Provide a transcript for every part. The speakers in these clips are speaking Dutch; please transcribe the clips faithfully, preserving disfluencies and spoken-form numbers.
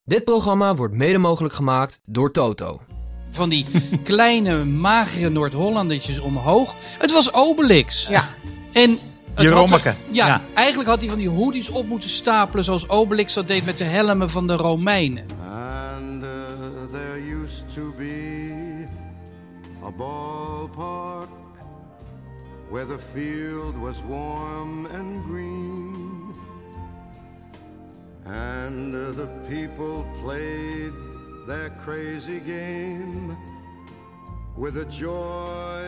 Dit programma wordt mede mogelijk gemaakt door Toto. Van die kleine, magere Noord-Hollandertjes omhoog. Het was Obelix. Ja. En het Jerommeke. had, ja, Ja. eigenlijk had hij van die hoodies op moeten stapelen zoals Obelix dat deed met de helmen van de Romeinen. And uh, there used to be a ballpark where the field was warm and green. And uh, the people played their crazy game with a joy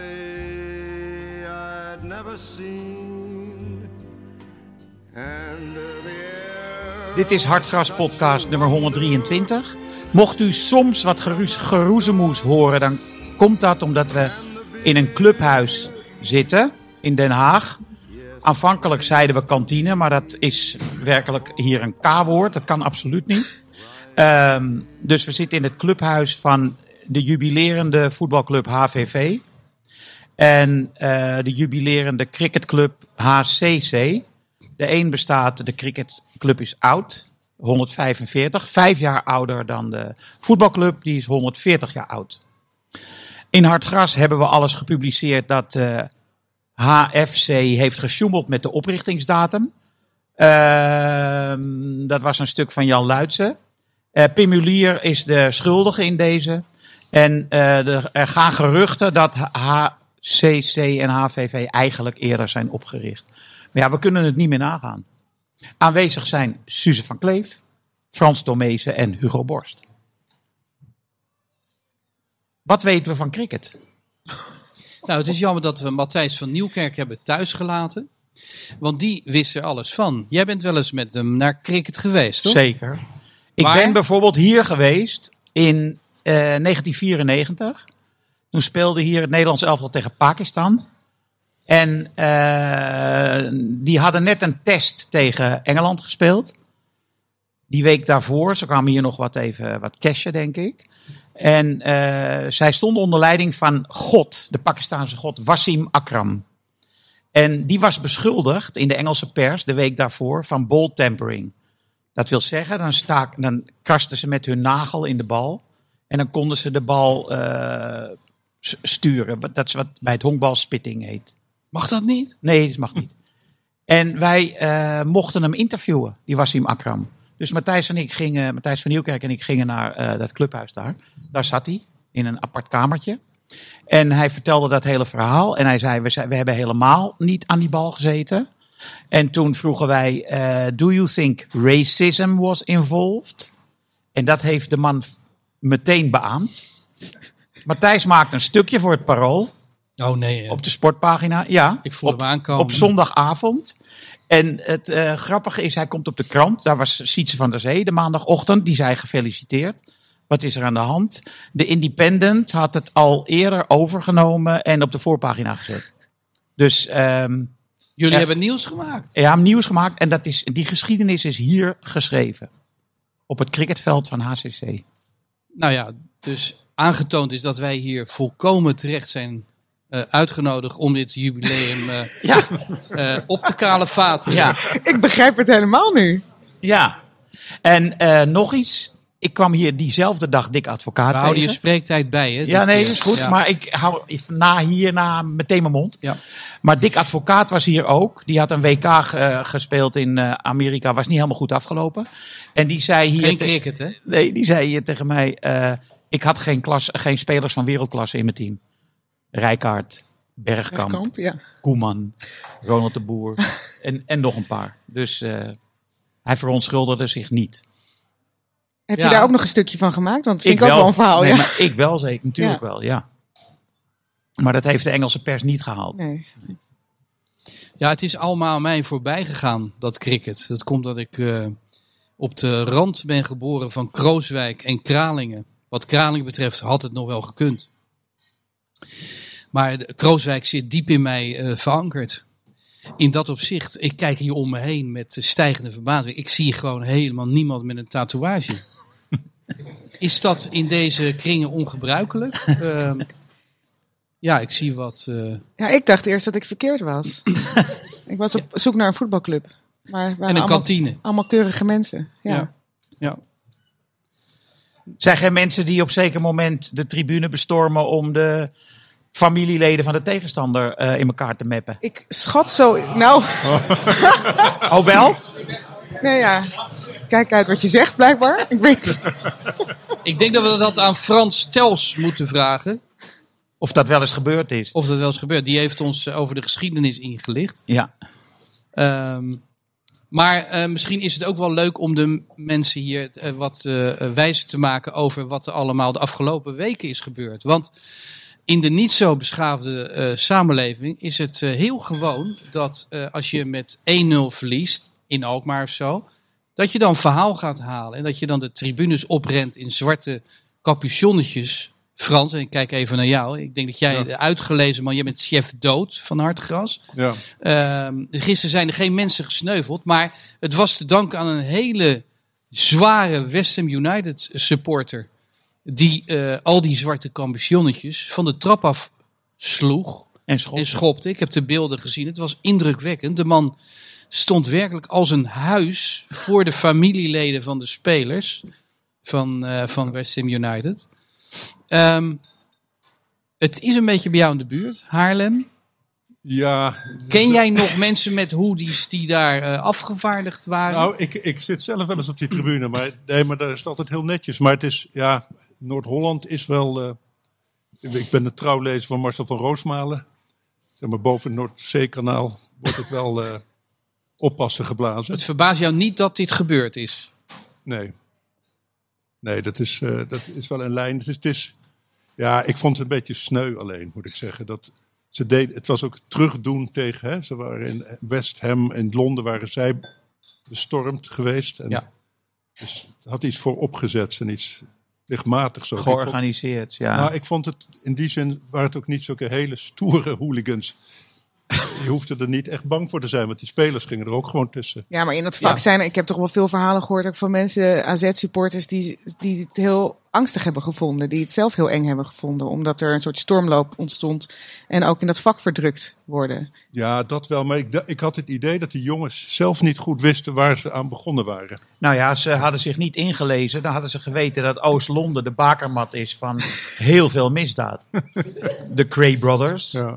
I'd never seen. And uh, the air... Dit is Hartgras podcast nummer honderddrieëntwintig. Mocht u soms wat geroes, geroezemoes horen, dan komt dat omdat we in een clubhuis zitten in Den Haag. Aanvankelijk zeiden we kantine, maar dat is werkelijk hier een K-woord. Dat kan absoluut niet. Um, dus we zitten in het clubhuis van de jubilerende voetbalclub H V V. En uh, de jubilerende cricketclub H C C. De een bestaat, de cricketclub is oud, honderdvijfenveertig. Vijf jaar ouder dan de voetbalclub, die is honderdveertig jaar oud. In Hartgras hebben we alles gepubliceerd dat uh, H F C heeft gesjoemeld met de oprichtingsdatum. Uh, dat was een stuk van Jan Luitse. Uh, Pim Mulier is de schuldige in deze. En uh, de, er gaan geruchten dat H C C en H V V eigenlijk eerder zijn opgericht. Maar ja, we kunnen het niet meer nagaan. Aanwezig zijn Suze van Kleef, Frans Tomezen en Hugo Borst. Wat weten we van cricket? Nou, het is jammer dat we Matthijs van Nieuwkerk hebben thuisgelaten. Want die wist er alles van. Jij bent wel eens met hem naar cricket geweest, toch? Zeker. Ik Waar? ben bijvoorbeeld hier geweest in uh, negentien vierennegentig. Toen speelde hier het Nederlands elftal tegen Pakistan. En uh, die hadden net een test tegen Engeland gespeeld. Die week daarvoor, ze kwamen hier nog wat even wat cashen, denk ik. En uh, zij stonden onder leiding van God, de Pakistaanse god Wasim Akram. En die was beschuldigd in de Engelse pers de week daarvoor van ball tampering. Dat wil zeggen, dan, staak, dan krasten ze met hun nagel in de bal. En dan konden ze de bal uh, sturen. Dat is wat bij het honkbal spitting heet. Mag dat niet? Nee, dat mag niet. En wij uh, mochten hem interviewen, die Wasim Akram. Dus Matthijs en ik gingen, Matthijs van Nieuwkerk en ik gingen naar uh, dat clubhuis daar. Daar zat hij, in een apart kamertje. En hij vertelde dat hele verhaal. En hij zei, we, zei, we hebben helemaal niet aan die bal gezeten. En toen vroegen wij, uh, do you think racism was involved? En dat heeft de man meteen beaamd. Matthijs maakte een stukje voor het Parool. Oh nee. Op de sportpagina, ja. Ik voel op, hem aankomen. Op zondagavond. En het uh, grappige is, hij komt op de krant. Daar was Sietse van der Zee de maandagochtend. Die zei gefeliciteerd. Wat is er aan de hand? De Independent had het al eerder overgenomen en op de voorpagina gezet. Dus um, jullie er, hebben nieuws gemaakt. Ja, nieuws gemaakt. En dat is, die geschiedenis is hier geschreven. Op het cricketveld van H C C. Nou ja, dus aangetoond is dat wij hier volkomen terecht zijn uh, uitgenodigd om dit jubileum uh, ja. uh, op te kalevaten. Ja. Ik begrijp het helemaal nu. Ja. En uh, nog iets. Ik kwam hier diezelfde dag Dick Advocaat tegen. We houden je spreektijd bij, hè? Ja, nee, keer. dat is goed. Ja. Maar ik hou na hierna meteen mijn mond. Ja. Maar Dick Advocaat was hier ook. Die had een W K uh, gespeeld in uh, Amerika. Was niet helemaal goed afgelopen. En die zei hier... Geen te- cricket, hè? Nee, die zei hier tegen mij... Uh, ik had geen, klas, geen spelers van wereldklasse in mijn team. Rijkaard, Bergkamp, Kamp, ja. Koeman, Ronald de Boer en, en nog een paar. Dus uh, hij verontschuldigde zich niet. Heb Ja. je daar ook nog een stukje van gemaakt? Want dat vind ik, wel, ook wel een verhaal. nee, Ja. maar ik wel zeker, natuurlijk Ja. wel, ja. Maar dat heeft de Engelse pers niet gehaald. Nee. Ja, het is allemaal aan mij voorbij gegaan, dat cricket. Dat komt dat ik uh, op de rand ben geboren van Krooswijk en Kralingen. Wat Kralingen betreft had het nog wel gekund. Maar de, Krooswijk zit diep in mij uh, verankerd. In dat opzicht, ik kijk hier om me heen met stijgende verbazing. Ik zie gewoon helemaal niemand met een tatoeage. Is dat in deze kringen ongebruikelijk? Uh, ja, ik zie wat... Uh... Ja, ik dacht eerst dat ik verkeerd was. Ik was op zoek naar een voetbalclub. Maar En een allemaal, kantine. allemaal keurige mensen. Ja. Ja. Ja. Zijn geen mensen die op zeker moment de tribune bestormen om de familieleden van de tegenstander uh, in elkaar te meppen? Ik schat zo... Nou, Oh wel? nee ja. Kijk uit wat je zegt, blijkbaar. Ik weet het. Ik denk dat we dat aan Frans Tels moeten vragen. Of dat wel eens gebeurd is. Of dat wel eens gebeurt. Die heeft ons uh, over de geschiedenis ingelicht. Ja. Um, maar uh, misschien is het ook wel leuk om de mensen hier uh, wat uh, wijzer te maken over wat er allemaal de afgelopen weken is gebeurd. Want in de niet zo beschaafde uh, samenleving is het uh, heel gewoon dat uh, als je met één nul verliest, in Alkmaar of zo, dat je dan verhaal gaat halen. En dat je dan de tribunes oprent in zwarte capuchonnetjes. Frans, en ik kijk even naar jou. Ik denk dat jij Ja. de uitgelezen man, jij bent chef dood van Hartgras. Ja. Uh, gisteren zijn er geen mensen gesneuveld, maar het was te danken aan een hele zware West Ham United supporter. Die uh, al die zwarte capuchonnetjes van de trap af sloeg En schop. en schopte. Ik heb de beelden gezien. Het was indrukwekkend. De man stond werkelijk als een huis voor de familieleden van de spelers van, uh, van West Ham United. Um, het is een beetje bij jou in de buurt, Haarlem. Ja. Ken jij nog mensen met hoodies die daar uh, afgevaardigd waren? Nou, ik, ik zit zelf wel eens op die tribune, maar, nee, maar daar is het altijd heel netjes. Maar het is, ja, Noord-Holland is wel... Uh, ik ben de trouwlezer van Marcel van Roosmalen. Zeg maar, boven het Noordzeekanaal wordt het wel uh, oppassen geblazen. Het verbaast jou niet dat dit gebeurd is? Nee. Nee, dat is, uh, dat is wel een lijn. Het is, het is, ja, ik vond het een beetje sneu alleen, moet ik zeggen. Dat ze deden, het was ook terugdoen tegen... Hè, ze waren in West Ham, in Londen waren zij bestormd geweest. En Ja. Dus het had iets voor opgezet en iets lichtmatigs. Ook. Georganiseerd, ja. Nou, ik vond het in die zin waren het ook niet zulke hele stoere hooligans. Je hoefde er niet echt bang voor te zijn, want die spelers gingen er ook gewoon tussen. Ja, maar in dat vak Ja. zijn... Ik heb toch wel veel verhalen gehoord ook van mensen, A Z-supporters... Die, die het heel angstig hebben gevonden. Die het zelf heel eng hebben gevonden. Omdat er een soort stormloop ontstond. En ook in dat vak verdrukt worden. Ja, dat wel. Maar ik, ik had het idee dat die jongens zelf niet goed wisten waar ze aan begonnen waren. Nou ja, ze hadden zich niet ingelezen. Dan hadden ze geweten dat Oost-Londen de bakermat is van heel veel misdaad. De Cray Brothers. Ja.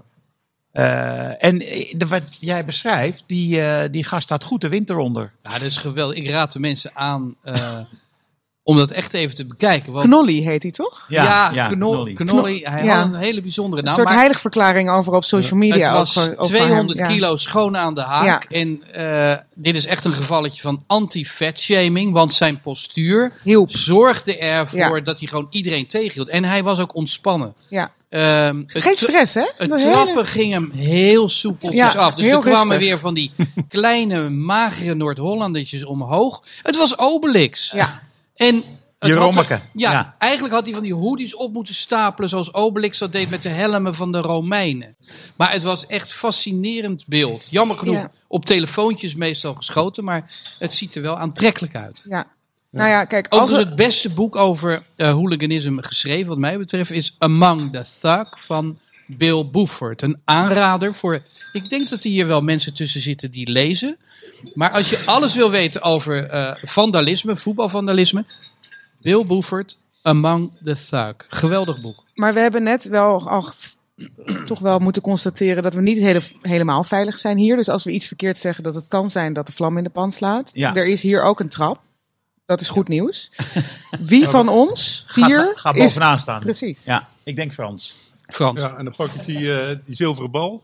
Uh, en de, wat jij beschrijft, die, uh, die gast had goed de winter onder. Ja, dat is geweldig. Ik raad de mensen aan uh, om dat echt even te bekijken. Want, Knolly heet hij toch? ja, ja, Knol, Knolly. Knolly. Hij Ja. had een hele bijzondere Een naam. soort maar heiligverklaring over op social media. het was ook voor- over tweehonderd hem, ja. kilo schoon aan de haak. Ja. En uh, dit is echt een gevalletje van anti-fat-shaming. Want zijn postuur Hielp. zorgde ervoor Ja. dat hij gewoon iedereen tegenhield. En hij was ook ontspannen. Ja. Um, het Geen tra- stress, hè? Het Dat trappen hele- ging hem heel soepeltjes Ja, af. Dus heel er kwamen rustig. weer van die kleine, magere Noord-Hollandertjes omhoog. Het was Obelix. Ja. En het Jerommeke. had- Ja, Ja. eigenlijk had hij van die hoodies op moeten stapelen zoals Obelix dat deed met de helmen van de Romeinen. Maar het was echt fascinerend beeld. Jammer genoeg Ja. op telefoontjes meestal geschoten, maar het ziet er wel aantrekkelijk uit. Ja. Nou ja, kijk, als Overigens, er- het beste boek over uh, hooliganisme geschreven, wat mij betreft, is Among the Thug van Bill Buford. Een aanrader voor. Ik denk dat er hier wel mensen tussen zitten die lezen. Maar als je alles wil weten over uh, vandalisme, voetbalvandalisme, Bill Buford, Among the Thug. Geweldig boek. Maar we hebben net wel al ge- toch wel moeten constateren dat we niet hele, helemaal veilig zijn hier. Dus als we iets verkeerd zeggen, dat het kan zijn dat de vlam in de pan slaat. Ja. Er is hier ook een trap. Dat is goed nieuws. Wie van ons hier Ga, ga is... bovenaan staan. Precies. Ja, ik denk Frans. Frans. Ja, en dan pak ik die, uh, die zilveren bal.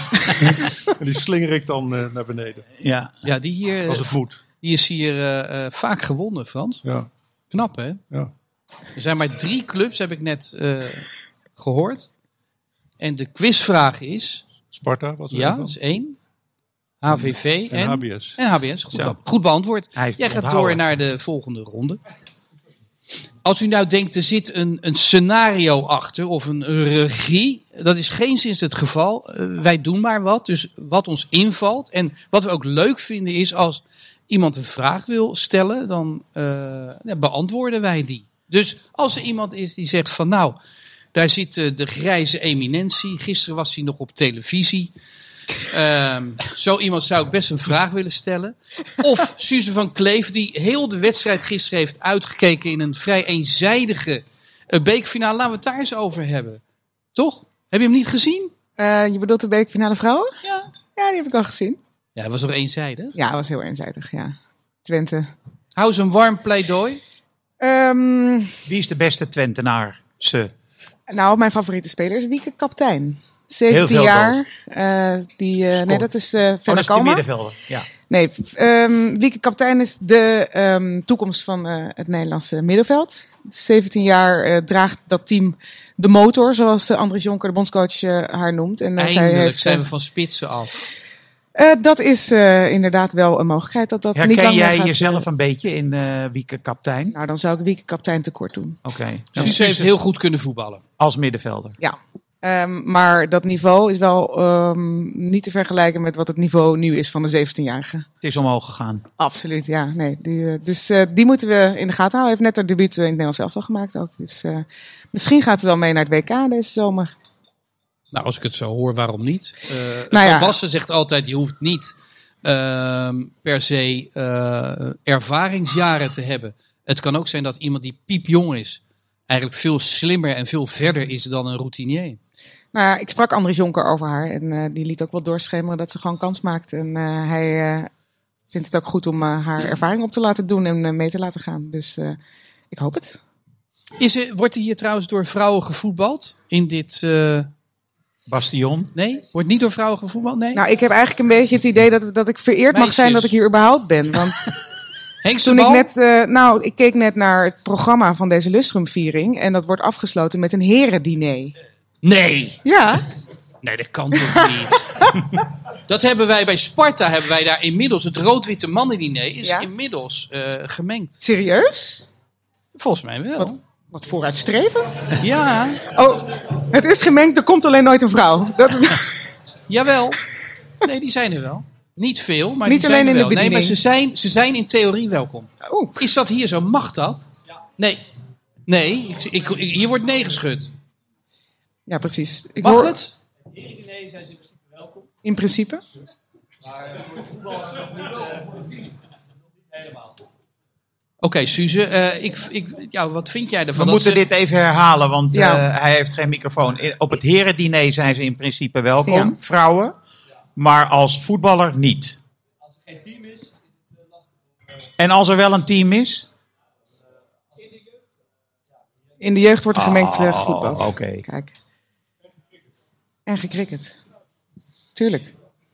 En die slinger ik dan uh, naar beneden. Ja. Ja, die hier, Als het moet. die is hier uh, uh, vaak gewonnen, Frans. Ja, Knap, hè? ja. Er zijn maar drie clubs, heb ik net uh, gehoord. En de quizvraag is... Sparta was er Ja, een dat van. is één. H V V en, En H B S. En H B S, goed, Zo. goed beantwoord. Hij heeft Jij het gaat onthouden. door naar de volgende ronde. Als u nou denkt, er zit een, een scenario achter of een regie. Dat is geen sinds het geval. Uh, wij doen maar wat. Dus wat ons invalt. En wat we ook leuk vinden is als iemand een vraag wil stellen. Dan uh, ja, beantwoorden wij die. Dus als er iemand is die zegt van nou, daar zit uh, de grijze eminentie. Gisteren was hij nog op televisie. Um, zo iemand zou ik best een vraag willen stellen. Of Suze van Kleef, die heel de wedstrijd gisteren heeft uitgekeken in een vrij eenzijdige uh, bekerfinale. Laten we het daar eens over hebben. Toch? Heb je hem niet gezien? Uh, je bedoelt de bekerfinale vrouwen? Ja. Ja, die heb ik al gezien. Ja, het was toch eenzijdig? Ja, het was heel eenzijdig, ja. Twente. Hou ze een warm pleidooi. Um, Wie is de beste Twentenaar? Ze. Nou, mijn favoriete speler is Wieke Kaptein. Heel zeventien veel jaar. Uh, die, uh, nee, dat is uh, Oh, dat Fenna is de Kalma. middenvelder. Ja. Nee, um, Wieke Kaptein is de um, toekomst van uh, het Nederlandse middenveld. zeventien jaar uh, draagt dat team de motor, zoals uh, Andries Jonker, de bondscoach, uh, haar noemt. En, uh, Eindelijk zij heeft, zijn uh, we van spitsen af. Uh, dat is uh, inderdaad wel een mogelijkheid. Dat dat niet Herken lang meer jij gaat, jezelf uh, een beetje in uh, Wieke Kaptein? Nou, dan zou ik Wieke Kaptein tekort doen. Oké. Okay. Suze heeft heel goed kunnen voetballen. Als middenvelder. Ja. Um, maar dat niveau is wel um, niet te vergelijken met wat het niveau nu is van de zeventienjarige. Het is omhoog gegaan. Absoluut, ja. Nee, die, uh, dus uh, die moeten we in de gaten houden. Hij heeft net haar debuut in het Nederlands elftal gemaakt ook. Dus uh, misschien gaat hij wel mee naar het W K deze zomer. Nou, als ik het zo hoor, waarom niet? Uh, Nou Van ja. Basten zegt altijd, je hoeft niet uh, per se uh, ervaringsjaren te hebben. Het kan ook zijn dat iemand die piepjong is, eigenlijk veel slimmer en veel verder is dan een routinier. Nou ja, ik sprak Andries Jonker over haar. En uh, die liet ook wel doorschemeren dat ze gewoon kans maakt. En uh, hij uh, vindt het ook goed om uh, haar ervaring op te laten doen en uh, mee te laten gaan. Dus uh, ik hoop het. Is er, wordt er hier trouwens door vrouwen gevoetbald? In dit... Uh... Bastion. Nee? Wordt niet door vrouwen gevoetbald? Nee? Nou, ik heb eigenlijk een beetje het idee dat, dat ik vereerd mag Meisjes. zijn dat ik hier überhaupt ben. Want Hengste toen ik bal? net, uh, nou, ik keek net naar het programma van deze Lustrumviering. En dat wordt afgesloten met een herendiner. Nee! Ja. Nee, dat kan toch niet? Dat hebben wij bij Sparta, hebben wij daar inmiddels, het rood-witte mannendiner is Ja? inmiddels uh, gemengd. Serieus? Volgens mij wel. Wat, wat vooruitstrevend. Ja, Oh, het is gemengd, er komt alleen nooit een vrouw. Dat, jawel. Nee, die zijn er wel. Niet veel, maar Niet die zijn alleen er in de wel. Nee, maar bediening. ze zijn, ze zijn in theorie welkom. Oeh. Is dat hier zo? Mag dat? Nee. Nee, ik, ik, ik- hier wordt nee geschud. Ja, precies. Ik Mag hoor- het? In principe. Oké, Suze, eh, ik, ik, ja, wat vind jij We ervan? Dat moeten ze- dit even herhalen, want Ja. uh, hij heeft geen microfoon. I- Op het herendiner zijn ze in principe welkom, Ja. vrouwen. Maar als voetballer niet. Als er geen team is, is het lastig. En als er wel een team is? In de jeugd wordt er gemengd uh, Oh, gevoetbald. oké. Kijk. En gekricket. Tuurlijk.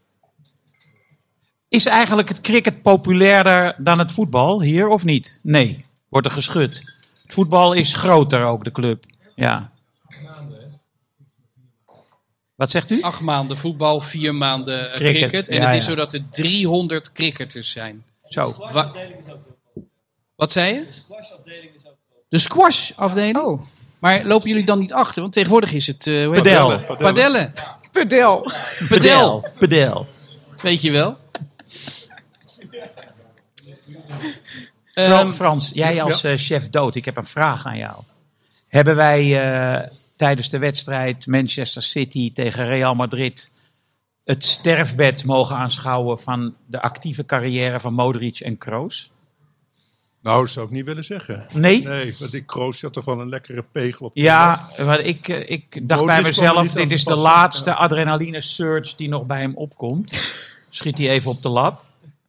Is eigenlijk het cricket populairder dan het voetbal hier of niet? Nee, wordt er geschud. Het voetbal is groter ook, de club. Ja. Wat zegt u? Acht maanden voetbal, vier maanden eh, Cricket, cricket. En ja, het is ja. zo dat er driehonderd cricketers zijn. Zo. Wa- Wat zei je? De squashafdeling? Oh. Maar lopen jullie dan niet achter? Want tegenwoordig is het... eh hoe heet Padel. het? Padellen. Pedel. Padel. Padel. Weet je wel. Fra- Ehm, Frans, jij als eh, chef dood, ik heb een vraag aan jou. Hebben wij eh, tijdens de wedstrijd Manchester City tegen Real Madrid het sterfbed mogen aanschouwen van de actieve carrière van Modric en Kroos? Nou, dat zou ik niet willen zeggen. Nee? Nee, want die Kroos had toch wel een lekkere pegel op de Ja, maar ik, eh, ik dacht bij Modric kwam er mezelf, niet aan dit te is de passen. laatste adrenaline surge die nog bij hem opkomt. Schiet hij even op de lat?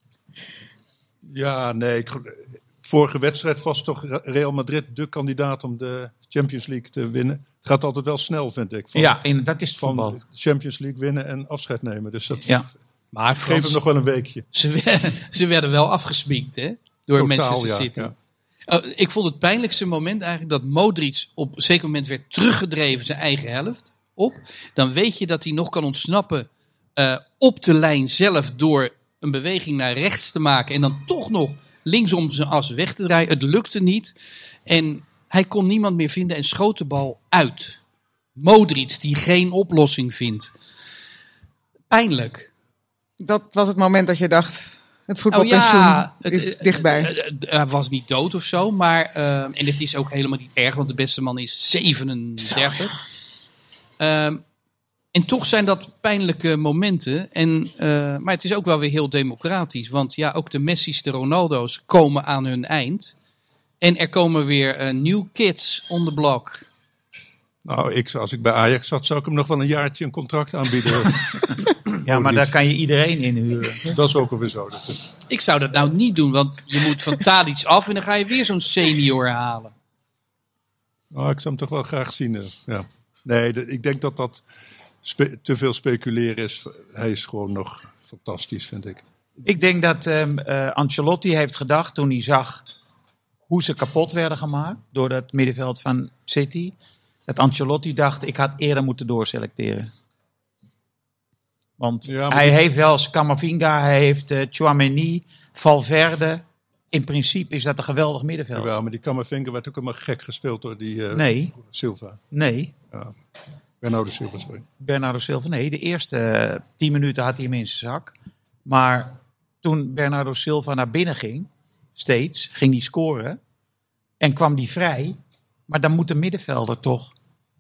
Ja, nee. Ik, vorige wedstrijd was toch Real Madrid de kandidaat om de Champions League te winnen. Het gaat altijd wel snel, vind ik. Van, Ja, in, dat is het voetbal. van Champions League winnen en afscheid nemen. Dus dat Ja. maar geeft Frans, hem nog wel een weekje. ze, werden, ze werden wel afgesminkt, hè? Door Totaal, Manchester ja, City. ja. Oh, ik vond het pijnlijkste moment eigenlijk dat Modric op een zeker moment werd teruggedreven zijn eigen helft op. Dan weet je dat hij nog kan ontsnappen uh, op de lijn zelf door een beweging naar rechts te maken. En dan toch nog linksom zijn as weg te draaien. Het lukte niet. En hij kon niemand meer vinden en schoot de bal uit. Modric die geen oplossing vindt. Pijnlijk. Dat was het moment dat je dacht, het Oh voetbalpensioen ja, is het, dichtbij. eh, eh, Hij was niet dood of zo, maar uh, en het is ook helemaal niet erg, want de beste man is zevenendertig. Um, En toch zijn dat pijnlijke momenten. En, uh, maar het is ook wel weer heel democratisch. Want ja, ook de Messi's, de Ronaldo's komen aan hun eind. En er komen weer uh, new kids on the block. Nou, ik, als ik bij Ajax zat, zou ik hem nog wel een jaartje een contract aanbieden. Ja, maar daar kan je iedereen inhuren. Dat is ook alweer zo. Dat is... Ik zou dat nou niet doen, want je moet van Tadic af en dan ga je weer zo'n senior halen. Nou, ik zou hem toch wel graag zien. Uh, ja. Nee, de, ik denk dat dat spe- te veel speculeren is. Hij is gewoon nog fantastisch, vind ik. Ik denk dat um, uh, Ancelotti heeft gedacht toen hij zag hoe ze kapot werden gemaakt door dat middenveld van City. Dat Ancelotti dacht, ik had eerder moeten doorselecteren. Want ja, maar hij die... heeft wel Camavinga, hij heeft uh, Tchouaméni, Valverde. In principe is dat een geweldig middenveld. Ja, maar die Camavinga werd ook helemaal gek gespeeld door die uh, Nee. Silva. Nee. Ja. Bernardo Silva, sorry. Bernardo Silva, nee. De eerste uh, tien minuten had hij hem in zijn zak. Maar toen Bernardo Silva naar binnen ging, steeds, ging hij scoren. En kwam die vrij. Maar dan moet de middenvelder toch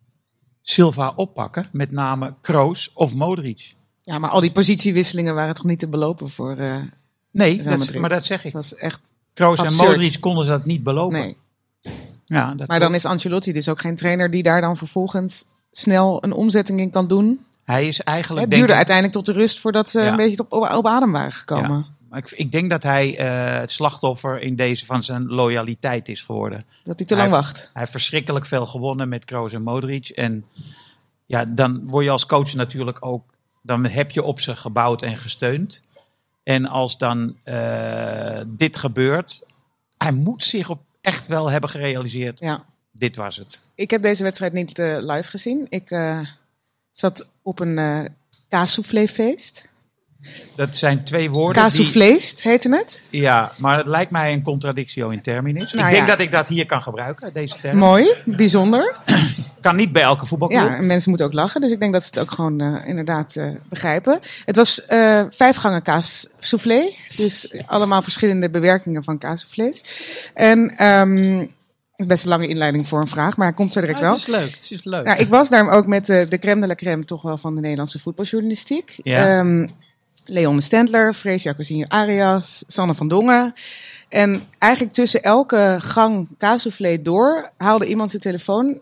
Silva oppakken. Met name Kroos of Modric. Ja, maar al die positiewisselingen waren toch niet te belopen voor uh, Nee, Real dat, Madrid. maar dat zeg ik. Dat was echt Kroos en absurd. Modric konden ze dat niet belopen. Nee. Ja, dat Maar dan is Ancelotti dus ook geen trainer die daar dan vervolgens snel een omzetting in kan doen. Hij is eigenlijk... Het denk duurde ik- uiteindelijk tot de rust voordat ze Ja. een beetje op, op, op adem waren gekomen. Ja. Maar ik, ik denk dat hij uh, het slachtoffer in deze van zijn loyaliteit is geworden. Dat hij te Hij lang heeft- wacht. Hij heeft verschrikkelijk veel gewonnen met Kroos en Modric. En ja, dan word je als coach natuurlijk ook... Dan heb je op ze gebouwd en gesteund. En als dan uh, dit gebeurt... Hij moet zich op echt wel hebben gerealiseerd. Ja. Dit was het. Ik heb deze wedstrijd niet uh, live gezien. Ik uh, zat op een uh, kaassoufflé-feest. Dat zijn twee woorden die... Kaassouffleest heette het. Ja, maar het lijkt mij een contradictio in terminis. Nou ik denk ja. dat ik dat hier kan gebruiken, deze term. Mooi, bijzonder. Kan niet bij elke voetbalclub. Ja, en mensen moeten ook lachen. Dus ik denk dat ze het ook gewoon uh, inderdaad uh, begrijpen. Het was uh, vijf gangen kaas soufflé. Dus allemaal verschillende bewerkingen van kaassoufflés. En um, het is best een lange inleiding voor een vraag, maar hij komt zo direct Maar wel. het is leuk, het is leuk. Nou, ik was daar ook met uh, de crème de la crème toch wel van de Nederlandse voetbaljournalistiek. Ja. Um, Leon de Stendler, Freesia Cousinho Arias, Sanne van Dongen. En eigenlijk tussen elke gang kaassoufflé door haalde iemand zijn telefoon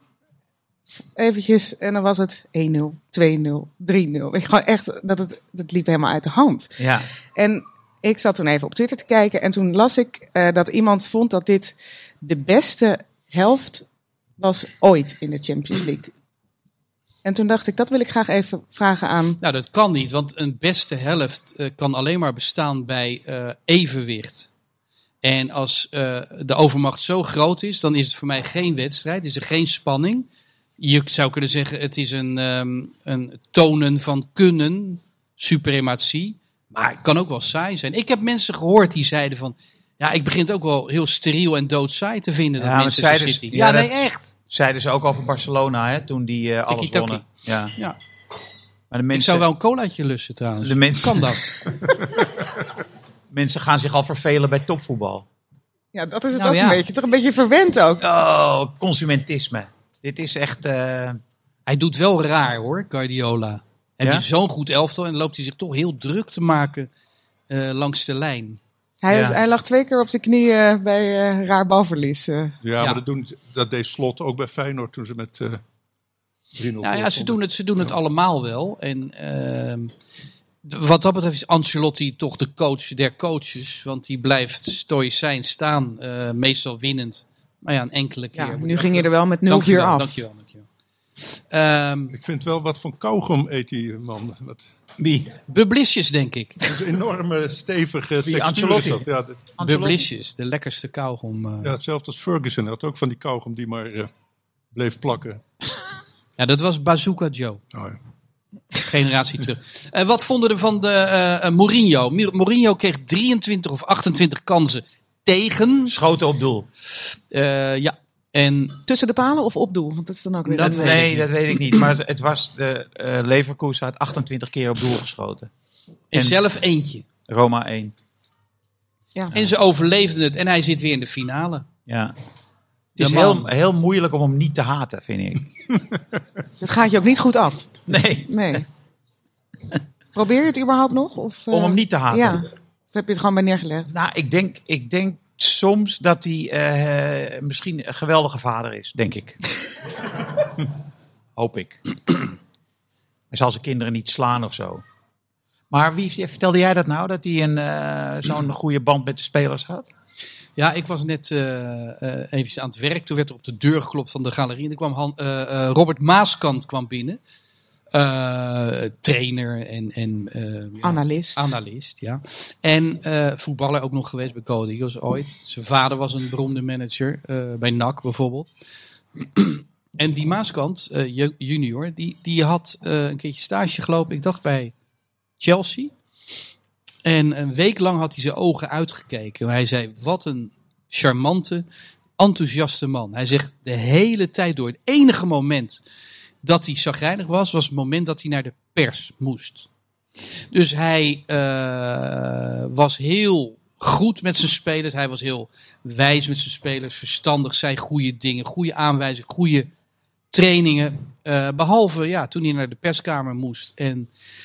eventjes en dan was het één nul, twee nul, drie nul. Ik gewoon echt, dat het, dat liep helemaal uit de hand. Ja. En ik zat toen even op Twitter te kijken en toen las ik uh, dat iemand vond dat dit de beste helft was ooit in de Champions League. En toen dacht ik, dat wil ik graag even vragen aan... Nou, dat kan niet, want een beste helft uh, kan alleen maar bestaan bij uh, evenwicht. En als uh, de overmacht zo groot is, dan is het voor mij geen wedstrijd, is er geen spanning. Je zou kunnen zeggen, het is een, um, een tonen van kunnen, suprematie. Maar het kan ook wel saai zijn. Ik heb mensen gehoord die zeiden van... Ja, ik begin het ook wel heel steriel en doodsaai te vinden, dat Ja, Manchester zeiden ze- City. ja, Ja, nee, dat- echt. Zeiden ze ook over Barcelona, hè, toen die uh, alles Tiki-taki. wonnen. Ja. Ja. Maar de mensen, Ik zou wel een colaatje lussen trouwens. De mensen- Kan dat? mensen gaan zich al vervelen bij topvoetbal. Ja, dat is het Nou ook ja. een beetje. Toch een beetje verwend ook. Oh, consumentisme. Dit is echt... uh, Hij doet wel raar hoor, Guardiola. Heb Ja? je zo'n goed elftal en dan loopt hij zich toch heel druk te maken uh, langs de lijn. Hij, Ja. is, hij lag twee keer op zijn knieën bij uh, raar balverlies. uh. Ja, Ja. maar dat, doen, dat deed Slot ook bij Feyenoord toen ze met uh, drie nul Nou ja, voor ze doen het, ze doen het allemaal wel. En uh, d- wat dat betreft is Ancelotti toch de coach der coaches. Want die blijft stoïcijn staan, uh, meestal winnend. Maar ja, een enkele keer. Ja, wordt nu hij ging je er wel met nul Dankjewel, vier af. Dankjewel, dankjewel. Um, Ik vind wel wat van kauwgom eet die man. Wat, wie? Bublisjes, denk ik. dat is een enorme stevige Wie, textuur. Ancelotti? is dat. Ja, dat- Ancelotti? Bublisjes, de lekkerste kauwgom. Uh. ja, hetzelfde als Ferguson. Hij had ook van die kauwgom die maar uh, bleef plakken. Ja, dat was Bazooka Joe. Oh, ja. Generatie terug. Uh, wat vonden we van de uh, uh, Mourinho? Mi- Mourinho kreeg drieëntwintig of achtentwintig kansen tegen. Schoten op doel. Uh, ja, en Tussen de palen of op doel? Want dat is dan ook weer... Dat een- weet ik Nee, niet. dat weet ik niet. Maar het was de uh, Leverkusen had achtentwintig keer op doel geschoten. en En- zelf eentje. Roma één. Ja. En ze overleefden het en hij zit weer in de finale. Ja. Het is De heel, man. heel moeilijk om hem niet te haten, vind ik. Het gaat je ook niet goed af. Nee, Nee. Probeer je het überhaupt nog? Of, uh, om hem niet te haten. Ja. Of heb je het gewoon bij neergelegd? Nou, ik denk, ik denk soms dat hij uh, misschien een geweldige vader is, denk ik. Hoop ik. Hij zal zijn kinderen niet slaan of zo. Maar wie vertelde jij dat nou? Dat hij een uh, zo'n goede band met de spelers had? Ja, ik was net uh, uh, even aan het werk. Toen werd er op de deur geklopt van de galerie. En er kwam Han, uh, uh, Robert Maaskant kwam binnen. Uh, trainer en, en uh, Analist. Ja, analist, ja. En uh, voetballer ook nog geweest bij Go Ahead Eagles ooit. Zijn vader was een beroemde manager. Uh, bij N A C bijvoorbeeld. En die Maaskant, uh, junior, die, die had uh, een keertje stage gelopen. Ik dacht bij Chelsea. En een week lang had hij zijn ogen uitgekeken. Hij zei, wat een charmante, enthousiaste man. Hij zegt, de hele tijd door. Het enige moment dat hij chagrijnig was, was het moment dat hij naar de pers moest. Dus hij uh, was heel goed met zijn spelers. Hij was heel wijs met zijn spelers. Verstandig, zei goede dingen, goede aanwijzingen, goede trainingen. Uh, behalve ja, toen hij naar de perskamer moest. En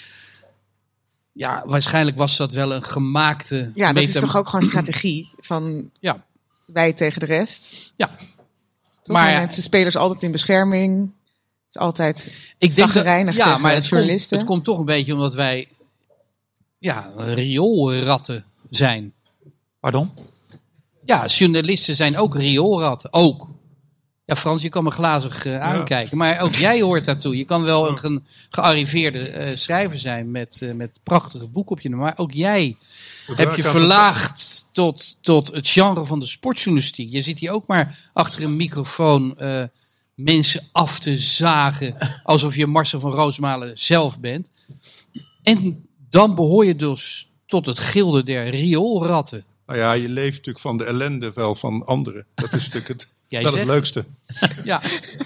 ja, waarschijnlijk was dat wel een gemaakte... Ja, dat is metam- toch ook gewoon strategie van Ja, wij tegen de rest. ja. Toch? Maar Maar je hebt de spelers altijd in bescherming. Het is altijd ik denk dat, zagrijnig ja, tegen maar het komt, journalisten. het komt toch een beetje omdat wij ja, rioolratten zijn. Pardon? Ja, journalisten zijn ook rioolratten. Ook. Ja, Frans, je kan me glazig uh, aankijken. Maar ook jij hoort daartoe. Je kan wel een ge- gearriveerde uh, schrijver zijn met, uh, met prachtige boeken op je naam. Maar ook jij heb je verlaagd tot, tot het genre van de sportjournalistiek. Je zit hier ook maar achter een microfoon uh, mensen af te zagen. Alsof je Marcel van Roosmalen zelf bent. En dan behoor je dus tot het gilde der rioolratten. Nou ja, je leeft natuurlijk van de ellende wel van anderen. Dat is natuurlijk het, Jij wel het zegt. leukste. Ja,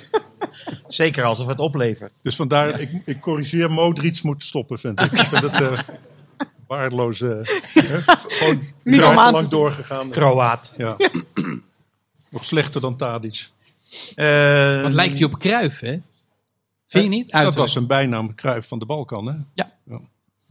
Zeker als het wat oplevert. Dus vandaar, ik, ik corrigeer, Modric moet stoppen, vind ik. Ik vind het uh, waardeloos. Uh, hè, gewoon Niet jaar om te aan te lang zien. doorgegaan. Kroaat. Ja. Nog slechter dan Tadic. Uh, wat lijkt hij op Cruijff, hè? Vind je niet? Dat Uiterlijk. was zijn bijnaam, Cruijff van de Balkan. Hè? Ja. Ja.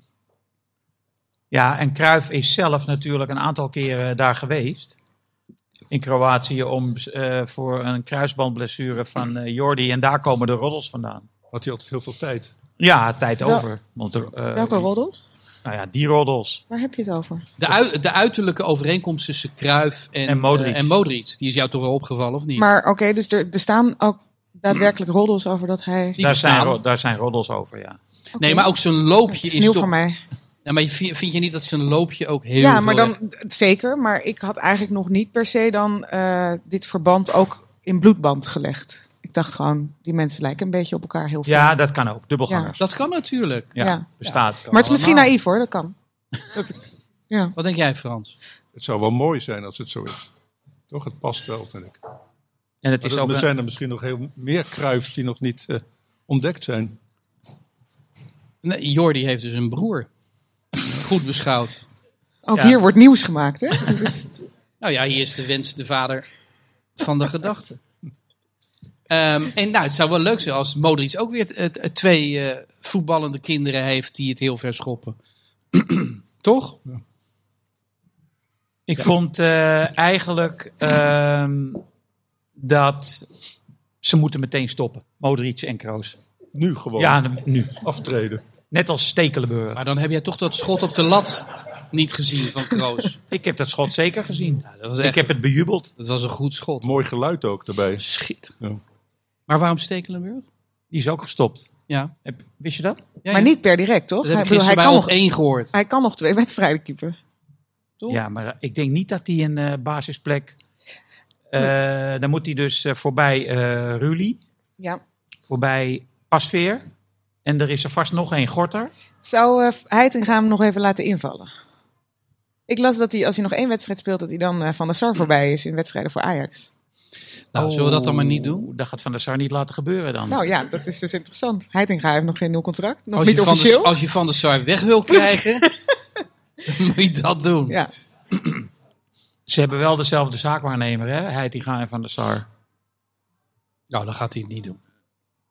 Ja, en Cruijff is zelf natuurlijk een aantal keren daar geweest. In Kroatië om uh, voor een kruisbandblessure van uh, Jordi. En daar komen de roddels vandaan. Had hij altijd heel veel tijd. Ja, tijd Wel- over. Want er, uh, Welke roddels? Nou ja, die roddels. Waar heb je het over? De, ui- de uiterlijke overeenkomst tussen Cruijff en, En Modric. eh, en Modric. Die is jou toch wel opgevallen, of niet? Maar oké, dus er bestaan ook daadwerkelijk roddels over dat hij... Die Daar zijn, bestaan. ro- daar zijn roddels over, ja. Nee, maar ook zijn loopje Het is is nieuw toch... voor mij. Ja, maar je vind, vind je niet dat zijn loopje ook heel Ja, veel... maar dan zeker. Maar ik had eigenlijk nog niet per se dan uh, dit verband ook in bloedband gelegd. Ik dacht gewoon, die mensen lijken een beetje op elkaar heel veel. Ja, dat kan ook. Dubbelgangers. Dat kan natuurlijk. Ja, ja. bestaat. Maar het is misschien allemaal. naïef hoor, dat kan. Dat, ja. Wat denk jij, Frans? Het zou wel mooi zijn als het zo is. Toch? Het past wel, vind ik. En het Maar is er ook een- zijn er misschien nog heel meer Cruijffs die nog niet uh, ontdekt zijn. Nee, Jordi heeft dus een broer. Goed beschouwd. Ook Ja. hier wordt nieuws gemaakt, hè? Het is, Nou ja, hier is de wens de vader van de gedachte. Um, en nou, het zou wel leuk zijn als Modric ook weer t- t- twee uh, voetballende kinderen heeft die het heel ver schoppen. Toch? Ik vond uh, eigenlijk ehm, dat ze moeten meteen stoppen. Modric en Kroos. Nu gewoon Ja, nu. aftreden. Net als Stekelenburg. Maar dan heb jij toch dat schot op de lat niet gezien van Kroos. Ik heb dat schot zeker gezien. Ja, dat was echt, Ik heb het bejubeld. dat was een goed schot. Mooi geluid ook daarbij. Schit. Ja. Maar waarom Stekelenburg? Die is ook gestopt. Ja. Heb, wist je dat? ja maar ja. niet per direct, toch? Dat heb ik bedoel, gisteren bij kan op nog, één gehoord. hij kan nog twee wedstrijden keepen. Toch? Ja, maar ik denk niet dat hij een uh, basisplek... Uh, dan moet hij dus uh, voorbij uh, Rulli. Ja. Voorbij Pasveer. En er is er vast nog één, Gorter. Zou uh, Heitinga hem nog even laten invallen? Ik las dat hij, als hij nog één wedstrijd speelt, dat hij dan uh, Van der Sar voorbij is in wedstrijden voor Ajax. Nou, zullen we dat dan maar niet doen? Oeh, Dat gaat Van der Sar niet laten gebeuren dan. Nou ja, dat is dus interessant. Heitinga heeft nog geen nieuw contract. Nog Als niet je, van officieel. de, als je Van der Sar weg wil krijgen, dan moet je dat doen. Ja. Ze hebben wel dezelfde zaakwaarnemer, hè? Heitinga en Van der Sar. Nou, dan gaat hij het niet doen.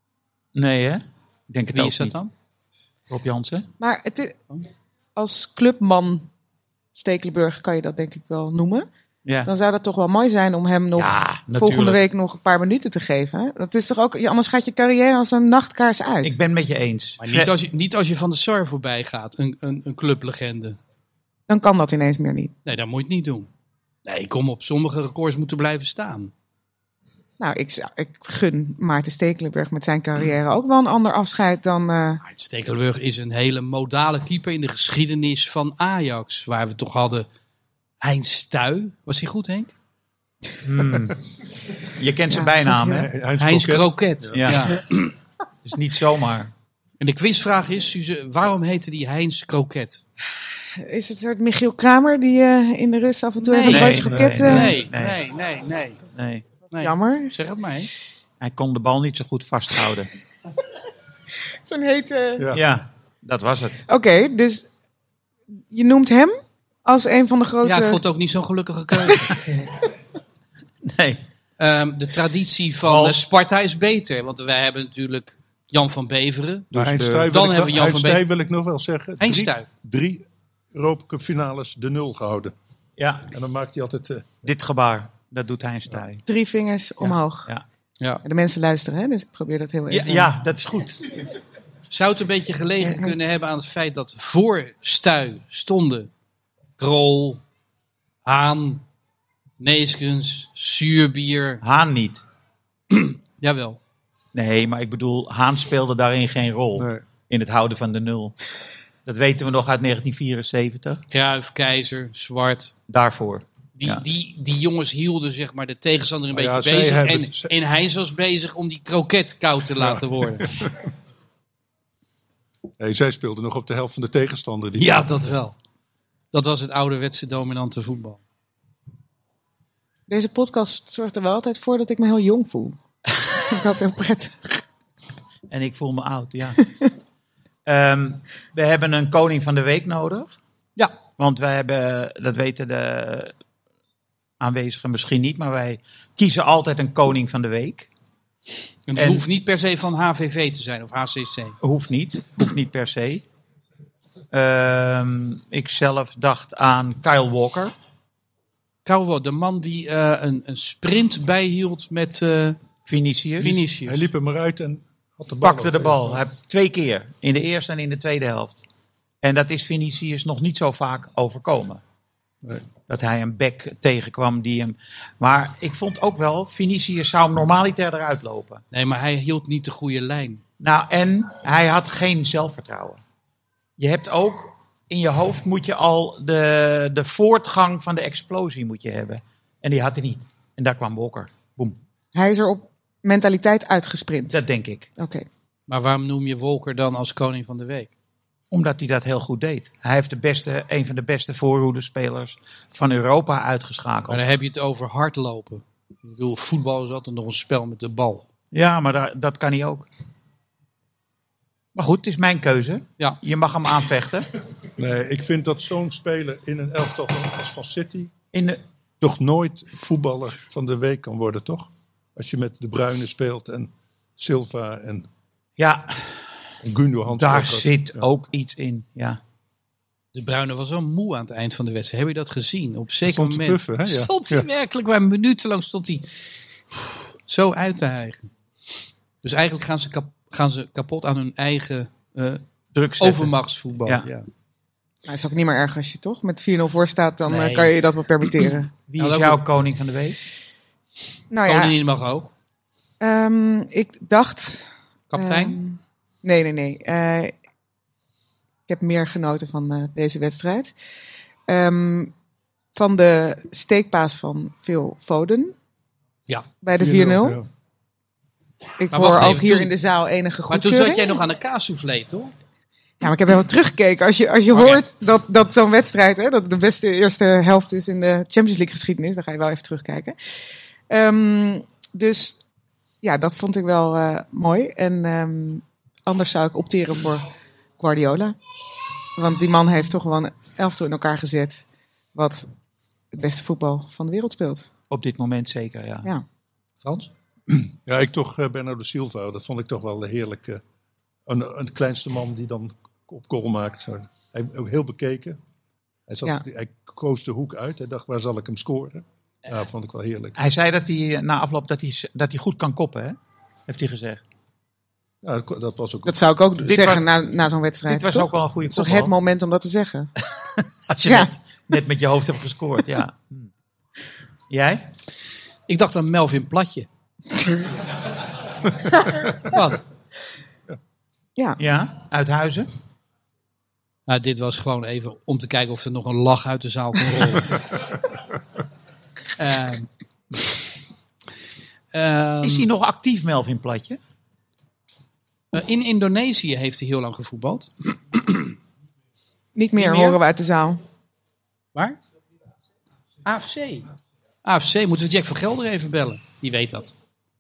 Nee, hè? Ik denk het Wie ook is dat niet. dan? Rob Jansen? Maar het is, als clubman Stekelenburg kan je dat denk ik wel noemen. Ja. Dan zou dat toch wel mooi zijn om hem nog Ja, volgende natuurlijk. week nog een paar minuten te geven. Hè? Dat is toch ook, ja, anders gaat je carrière als een nachtkaars uit. Ik ben met je eens. Maar Fred- niet als, je, niet als je van de Sar voorbij gaat, een, een, een clublegende. Dan kan dat ineens meer niet. Nee, dat moet je het niet doen. Nee, kom op, sommige records moeten blijven staan. Nou, ik, zou- ik gun Maarten Stekelenburg met zijn carrière ook wel een ander afscheid dan... eh, Maar Stekelenburg is een hele modale keeper in de geschiedenis van Ajax. Waar we toch hadden Heinz Stuy. Was hij goed, Henk? Hmm. Je kent zijn Ja, bijnaam, vond hè? Heinz Heinz Kroket. Kroket. Ja. Ja. Dus niet zomaar. En de quizvraag is, Suze, waarom heette die Heinz Kroket? Is het een soort Michiel Kramer die eh, in de rust af en toe Nee. even een Nee, broodje nee, kroket... eh, Nee, nee. nee, nee, nee. Nee. nee. Jammer. Zeg het maar. Hè. Hij kon de bal niet zo goed vasthouden. Zo'n hete... Ja. Ja, dat was het. Oké, dus je noemt hem als een van de grote... Ja, ik vond het ook niet zo'n gelukkige keuze. Nee. Ehm, de traditie van Als- eh, Sparta is beter. Want wij hebben natuurlijk Jan van Beveren. Maar Heinz de- Stuy wil, dan ik, hebben we wel- Jan Heinz van Stuy Beek. wil ik nog wel zeggen. Heinz Drie, Stuy. drie Europa Cup finales de nul gehouden. Ja, En dan maakt hij altijd... eh, dit gebaar, dat doet Heinz Stuy. Drie vingers omhoog. Ja. Ja. De mensen luisteren, hè? Dus ik probeer dat heel Ja, even... ja, dat is goed. Zou het een beetje gelegen kunnen hebben aan het feit dat voor Stuy stonden Krol, Haan, Neeskens, Zuurbier. Haan niet. Jawel. Nee, maar ik bedoel, Haan speelde daarin geen rol. nee. In het houden van de nul. Dat weten we nog uit negentien vierenzeventig. Cruijff, Keizer, Zwart. Daarvoor. Die, Ja. die, die jongens hielden zeg maar, de tegenstander een Maar ja, beetje zij bezig. hebben- En, zij- en Heinz was bezig om die kroket koud te laten worden. Nee, zij speelden nog op de helft van de tegenstander. Die Ja, dat wel. Dat was het ouderwetse dominante voetbal. Deze podcast zorgt er wel altijd voor dat ik me heel jong voel. Dat vind ik altijd heel prettig. En ik voel me oud, ja. Ehm, we hebben een koning van de week nodig. Ja. Want wij hebben, dat weten de aanwezigen misschien niet, maar wij kiezen altijd een koning van de week. En dat En- hoeft niet per se van H V V te zijn of H C C. Hoeft niet, hoeft niet per se. Ehm, ik zelf dacht aan Kyle Walker. Kouwo, de man die eh, een, een sprint bijhield met eh Vinicius. Vinicius. Hij liep er maar uit en had de bal. Pakte de bal. Hij heeft twee keer. In de eerste en in de tweede helft. En dat is Vinicius nog niet zo vaak overkomen. Nee. Dat hij een bek tegenkwam die hem... Maar ik vond ook wel, Vinicius zou hem normaliter eruit lopen. Nee, maar hij hield niet de goede lijn. Nou, en hij had geen zelfvertrouwen. Je hebt ook... In je hoofd moet je al de, de voortgang van de explosie moet je hebben. En die had hij niet. En daar kwam Walker. Boom. Hij is er op mentaliteit uitgesprint. Dat denk ik. Oké. Maar waarom noem je Wolker dan als koning van de week? Omdat hij dat heel goed deed. Hij heeft de beste, een van de beste voorhoedespelers van Europa uitgeschakeld. Maar dan heb je het over hardlopen. Ik bedoel, voetbal is altijd nog een spel met de bal. Ja, maar daar, dat kan hij ook. Maar goed, het is mijn keuze. Ja. Je mag hem aanvechten. Nee, ik vind dat zo'n speler in een elftal van, als van City In de, toch nooit voetballer van de week kan worden, toch? Als je met De Bruyne speelt en Silva en ja, Gundogan. daar ook. zit Ja. ook iets in. Ja. De Bruyne was wel moe aan het eind van de wedstrijd. Heb je dat gezien? Op een zeker Stond te moment puffen, hè? Ja. stond hij Ja. werkelijk, waar minutenlang stond hij zo uit te hijgen. Dus eigenlijk gaan ze, kap- gaan ze kapot aan hun eigen eh, Druk zetten. overmachtsvoetbal. Ja. Ja. Nou, het is ook niet meer erg als je toch met vier nul voor staat. Dan eh, Nee. kan je je dat wel permitteren. Wie Nou, is dat jouw ook- koning van de week? Nou ja, Koningin mag ook. ehm, ik dacht... Kapitein? ehm, nee, nee, nee. Eh, ik heb meer genoten van eh, deze wedstrijd. Ehm, van de steekpaas van Phil Foden ja. bij de vier nul. Ja. Ik Maar hoor wacht ook even, hier toen- in de zaal enige Maar toen goedkeuring. zat jij nog aan de kaassoufflé, toch? Ja, maar ik heb wel teruggekeken. Als je, als je Oké. hoort dat, dat zo'n wedstrijd, hè, dat de beste eerste helft is in de Champions League geschiedenis, dan ga je wel even terugkijken. Ehm, dus ja, dat vond ik wel eh, mooi. En ehm, anders zou ik opteren voor Guardiola. Want die man heeft toch gewoon een elftal in elkaar gezet wat het beste voetbal van de wereld speelt. Op dit moment zeker, ja. Ja. Frans? Ja, ik toch uh, Bernardo Silva. Dat vond ik toch wel heerlijk. Uh, een, een kleinste man die dan op goal maakt. Zo. Hij ook heel bekeken. Hij, zat, Ja. hij koos de hoek uit. Hij dacht, waar zal ik hem scoren? Ja, dat vond ik wel heerlijk. Hij zei dat hij na afloop dat hij, dat hij goed kan koppen, hè? Heeft hij gezegd. Ja, dat, dat was ook... Dat zou ik ook Dit zeggen was- na, na zo'n wedstrijd. Dit was toch? ook wel een goede Het is toch kopbal. het moment om dat te zeggen. Als je Ja. net, net met je hoofd hebt gescoord, ja. Hm. Jij? Ik dacht aan Melvin Platje. Wat? Ja. Ja, uit Huizen. Nou, dit was gewoon even om te kijken of er nog een lach uit de zaal kon rollen. Ehm ehm, Is hij nog actief, Melvin Platje? eh, in Indonesië heeft hij heel lang gevoetbald. Niet meer, meer? horen we uit de zaal. Waar? A F C. A F C, moeten we Jack van Gelder even bellen. Die weet dat.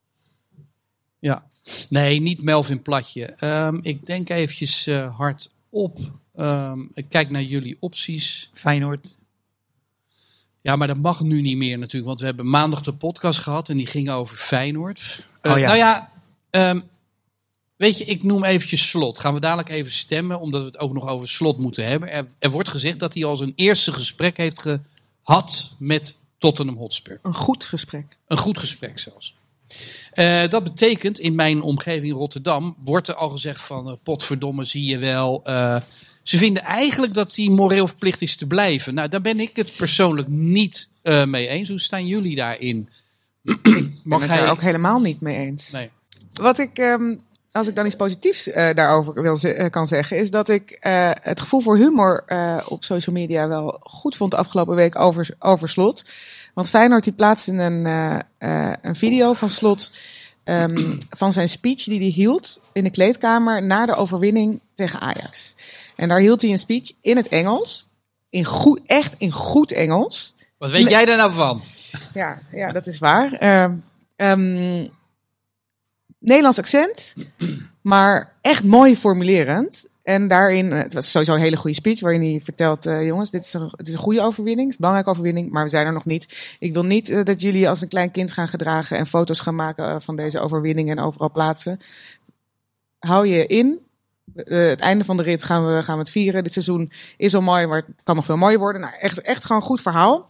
Ja. Nee, niet Melvin Platje. Ehm, ik denk eventjes uh, hardop. Ehm, ik kijk naar jullie opties. Feyenoord. Ja, maar dat mag nu niet meer natuurlijk. Want we hebben maandag de podcast gehad en die ging over Feyenoord. Uh, Oh ja. Nou ja, um, weet je, ik noem eventjes Slot. Gaan we dadelijk even stemmen, omdat we het ook nog over Slot moeten hebben. Er, er wordt gezegd dat hij al zijn eerste gesprek heeft gehad met Tottenham Hotspur. Een goed gesprek. Een goed gesprek zelfs. Uh, dat betekent, in mijn omgeving Rotterdam, wordt er al gezegd van, uh, potverdomme, zie je wel. Uh, ze vinden eigenlijk dat hij moreel verplicht is te blijven. Nou, daar ben ik het persoonlijk niet uh, mee eens. Hoe staan jullie daarin? Ik ben het er ook helemaal niet mee eens. Nee. Wat ik, um, als ik dan iets positiefs uh, daarover wil ze- uh, kan zeggen, is dat ik uh, het gevoel voor humor uh, op social media wel goed vond de afgelopen week over, over Slot. Want Feyenoord die plaatste een, uh, uh, een video van Slot um, van zijn speech die hij hield in de kleedkamer na de overwinning tegen Ajax. En daar hield hij een speech in het Engels, in goed, echt in goed Engels. Wat weet jij daar nou van? Ja, ja, dat is waar. Um, um, Nederlands accent, maar echt mooi formulerend. En daarin, het was sowieso een hele goede speech waarin hij vertelt, uh, jongens, dit is, een, het is een goede overwinning, het is een belangrijke overwinning, maar we zijn er nog niet. Ik wil niet uh, dat jullie als een klein kind gaan gedragen en foto's gaan maken uh, van deze overwinning en overal plaatsen. Hou je in. Uh, het einde van de rit gaan we, gaan we het vieren. Dit seizoen is al mooi, maar het kan nog veel mooier worden. Nou, echt, echt gewoon een goed verhaal.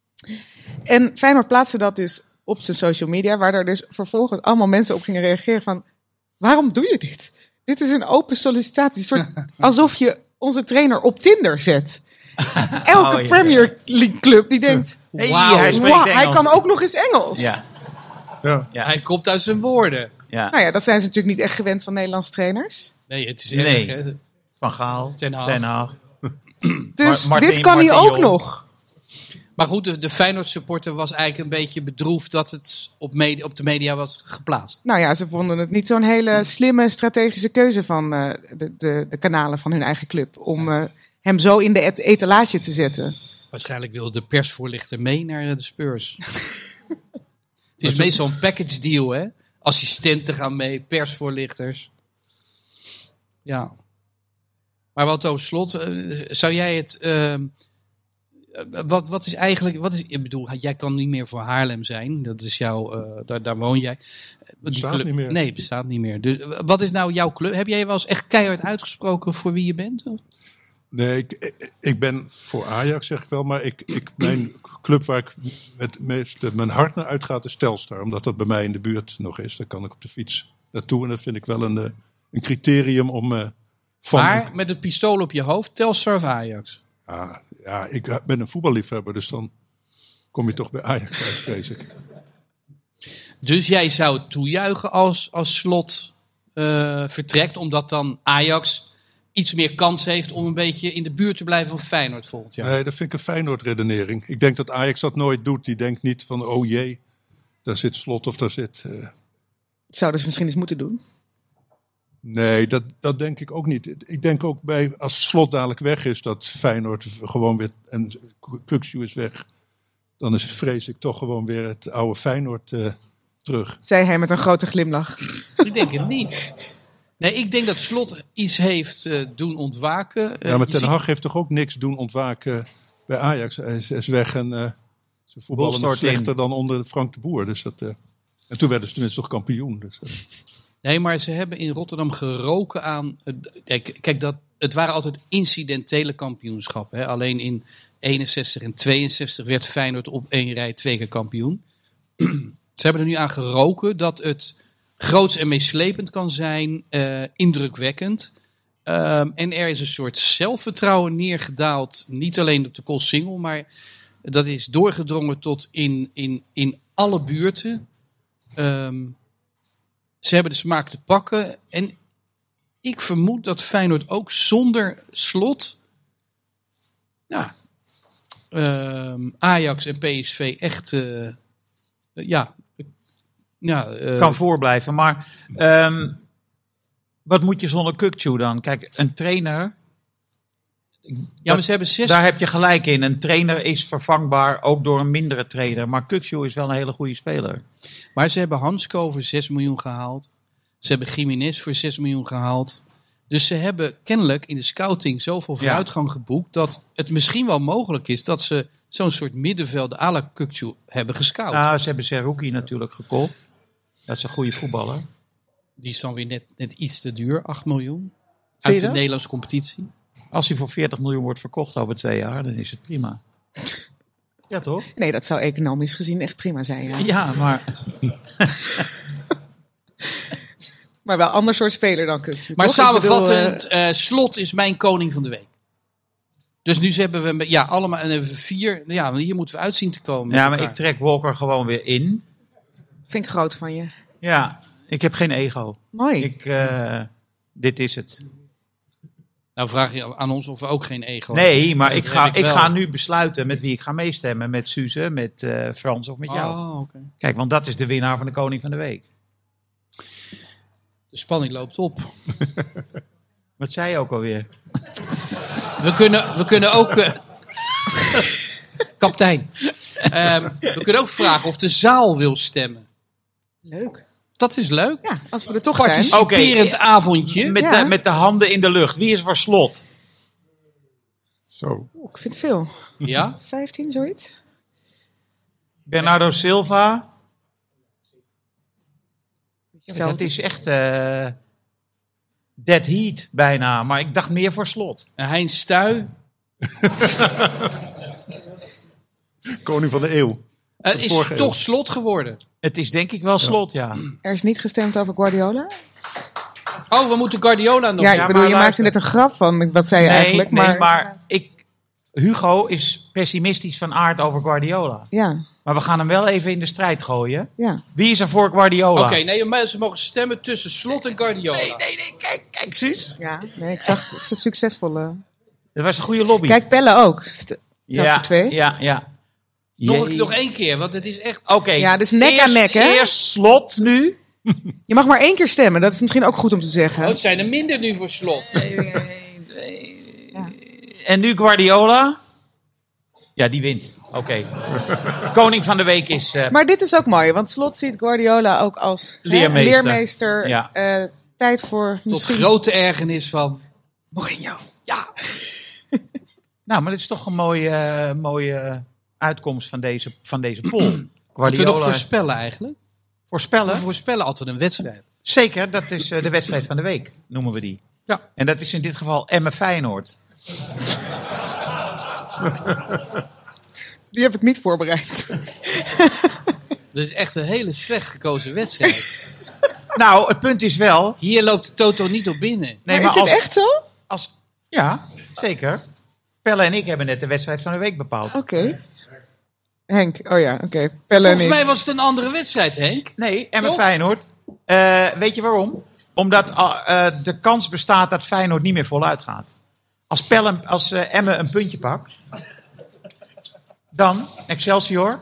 En Feyenoord plaatste dat dus op zijn social media, waar er dus vervolgens allemaal mensen op gingen reageren van, waarom doe je dit? Dit is een open sollicitatie. Een soort alsof je onze trainer op Tinder zet. Elke Oh, ja, Premier League club die denkt, Hey, Wauw, hij spreekt wow, hij Engels. kan ook nog eens Engels. Ja, Ja. ja. Hij komt uit zijn woorden. ja. Nou ja, dat zijn ze natuurlijk niet echt gewend van Nederlandse trainers. Nee, het is Nee. erg, hè? Van Gaal, Ten Hag. Ten Hag. Dus Martin- dit kan hij Martin ook Jol. nog. Maar goed, de, de Feyenoord supporter was eigenlijk een beetje bedroefd dat het op, media, op de media was geplaatst. Nou ja, ze vonden het niet zo'n hele slimme strategische keuze van uh, de, de, de kanalen van hun eigen club. Om uh, hem zo in de et- etalage te zetten. Waarschijnlijk wilde de persvoorlichter mee naar eh, de Spurs. Het is meestal een package deal, hè? Assistenten gaan mee, persvoorlichters. Ja. Maar wat over Slot, uh, zou jij het... Uh, wat, wat is eigenlijk... Wat is, ik bedoel, jij kan niet meer voor Haarlem zijn. Dat is jouw... Uh, daar, daar woon jij. Die Bestaat club, niet meer. Nee, het bestaat niet meer. Dus, uh, wat is nou jouw club? Heb jij wel eens echt keihard uitgesproken voor wie je bent? Of? Nee, ik, ik- ik ben voor Ajax, zeg ik wel. Maar ik, ik, mijn club waar ik met meest mijn hart naar uitgaat is Telstar. Omdat dat bij mij in de buurt nog is. Dan kan ik op de fiets naartoe. En dat vind ik wel een, eh, een criterium om... Uh, van Maar met het pistool op je hoofd, Telstar of Ajax? Ja, ja, ik ben een voetballiefhebber, dus dan kom je toch bij Ajax uit, vrees ik. Dus jij zou toejuichen als, als Slot uh, vertrekt, omdat dan Ajax iets meer kans heeft om een beetje in de buurt te blijven van Feyenoord volgend jaar. Nee, dat vind ik een Feyenoord-redenering. Ik denk dat Ajax dat nooit doet. Die denkt niet van, oh jee, daar zit Slot of daar zit... Uh... Dat zouden ze misschien eens moeten doen. Nee, dat, dat denk ik ook niet. Ik denk ook bij, als Slot dadelijk weg is, dat Feyenoord gewoon weer, en Kukçu is weg, dan is vrees ik toch gewoon weer het oude Feyenoord uh, terug. Zei hij met een grote glimlach. Ik denk het niet. Nee, ik denk dat Slot iets heeft uh, doen ontwaken. Uh, Ja, maar je Ten ziet- Hag heeft toch ook niks doen ontwaken bij Ajax. Hij is, hij is weg en uh, ze voetballen nog stort in. slechter dan onder Frank de Boer. Dus dat, uh, En toen werden ze tenminste toch kampioen. Dus, uh. Nee, maar ze hebben in Rotterdam geroken aan... Uh, kijk, kijk dat, het waren altijd incidentele kampioenschappen. Hè? Alleen in eenenzestig en tweeënzestig werd Feyenoord op één rij twee keer kampioen. Ze hebben er nu aan geroken dat het groots en meeslepend kan zijn, uh, indrukwekkend. Um, en er is een soort zelfvertrouwen neergedaald, niet alleen op de Koolsingel, maar dat is doorgedrongen tot in, in, in alle buurten. Um, ze hebben de smaak te pakken en ik vermoed dat Feyenoord ook zonder Slot, ja, um, Ajax en P S V echt, uh, ja, ja uh, kan voorblijven. Maar um, wat moet je zonder Kukçu dan? Kijk, een trainer... Ja, dat, maar ze hebben zes... Daar heb je gelijk in. Een trainer is vervangbaar ook door een mindere trainer. Maar Kukçu is wel een hele goede speler. Maar ze hebben Hansko voor zes miljoen gehaald. Ze hebben Gimenez voor zes miljoen gehaald. Dus ze hebben kennelijk in de scouting zoveel vooruitgang ja. geboekt... dat het misschien wel mogelijk is dat ze zo'n soort middenveld à la Kukçu hebben gescout. Nou, ze hebben Zerouki natuurlijk gekocht. Dat is een goede voetballer. Die is dan weer net, net iets te duur, acht miljoen. Uit de Nederlandse competitie. Als hij voor veertig miljoen wordt verkocht over twee jaar, dan is het prima. Ja, toch? Nee, dat zou economisch gezien echt prima zijn. Ja, ja maar... maar wel een ander soort speler dan Kukçu. Maar toch? samenvattend, bedoel, uh... Uh, Slot is mijn koning van de week. Dus nu hebben we ja, allemaal en hebben we vier. Ja, hier moeten we uitzien te komen. Ja, maar elkaar. Ik trek Walker gewoon weer in. Vind ik groot van je. Ja, ik heb geen ego. Mooi. Ik, uh, dit is het. Nou vraag je aan ons of we ook geen ego nee, hebben. maar ik ga, ik, ik ga nu besluiten met wie ik ga meestemmen. Met Suze, met uh, Frans of met jou. Oh, okay. Kijk, want dat is de winnaar van de Koning van de Week. De spanning loopt op. Wat zei je ook alweer? We kunnen, we kunnen ook... Uh, kapitein. Uh, we kunnen ook vragen of de zaal wil stemmen. Leuk. Dat is leuk. Ja, als we er toch participerend zijn. avondje. Met, ja. de, met de handen in de lucht. Wie is voor Slot? Zo. Oeh, ik vind het veel. Ja? vijftien, zoiets. Bernardo Silva. Ja, dat is echt uh, dead heat bijna. Maar ik dacht meer voor Slot. En Heinz Stuy. Koning van de eeuw. Het uh, is toch eeuw. Slot geworden. Het is denk ik wel Slot, ja. Er is niet gestemd over Guardiola? Oh, we moeten Guardiola nog... Ja, ik ja, bedoel, je luister. maakte net een grap van, wat zei je nee, eigenlijk? Nee, maar, maar ik, Hugo is pessimistisch van aard over Guardiola. Ja. Maar we gaan hem wel even in de strijd gooien. Ja. Wie is er voor Guardiola? Oké, okay, nee, ze mogen stemmen tussen Slot en Guardiola. Nee, nee, nee, kijk, kijk, Suus. Ja, nee, ik zag het is een succesvolle... Dat was een goede lobby. Kijk, Pelle ook. Stel ja, voor twee. ja, ja. Nog, nog één keer, want het is echt... Oké, okay, ja, dus nek eerst, aan nek, hè? Eerst Slot nu. Je mag maar één keer stemmen, dat is misschien ook goed om te zeggen. Oh, het zijn er minder nu voor Slot. Ja. En nu Guardiola? Ja, die wint. Oké. Okay. Koning van de week is... Uh... Maar dit is ook mooi, want Slot ziet Guardiola ook als leermeester. Hè, leermeester. Ja. Uh, tijd voor Tot misschien... grote ergernis van... Mourinho. Ja. Nou, maar dit is toch een mooie, uh, mooie uitkomst van deze, van deze poll. Guardiola... Moeten we nog voorspellen eigenlijk? Voorspellen? We voorspellen altijd een wedstrijd. Zeker, dat is uh, de wedstrijd van de week, noemen we die. Ja. En dat is in dit geval Emmen Feyenoord. Die heb ik niet voorbereid. Dat is echt een hele slecht gekozen wedstrijd. Nou, het punt is wel... Hier loopt de Toto niet op binnen. Nee, maar, maar is als, het echt zo? Als, ja, zeker. Pelle en ik hebben net de wedstrijd van de week bepaald. Oké. Okay. Henk, oh ja, oké. Okay. Volgens mij was het een andere wedstrijd, Henk. Nee, Emmen Feyenoord. Uh, weet je waarom? Omdat uh, de kans bestaat dat Feyenoord niet meer voluit gaat. Als, Pelle, als uh, Emmen een puntje pakt... Dan, Excelsior.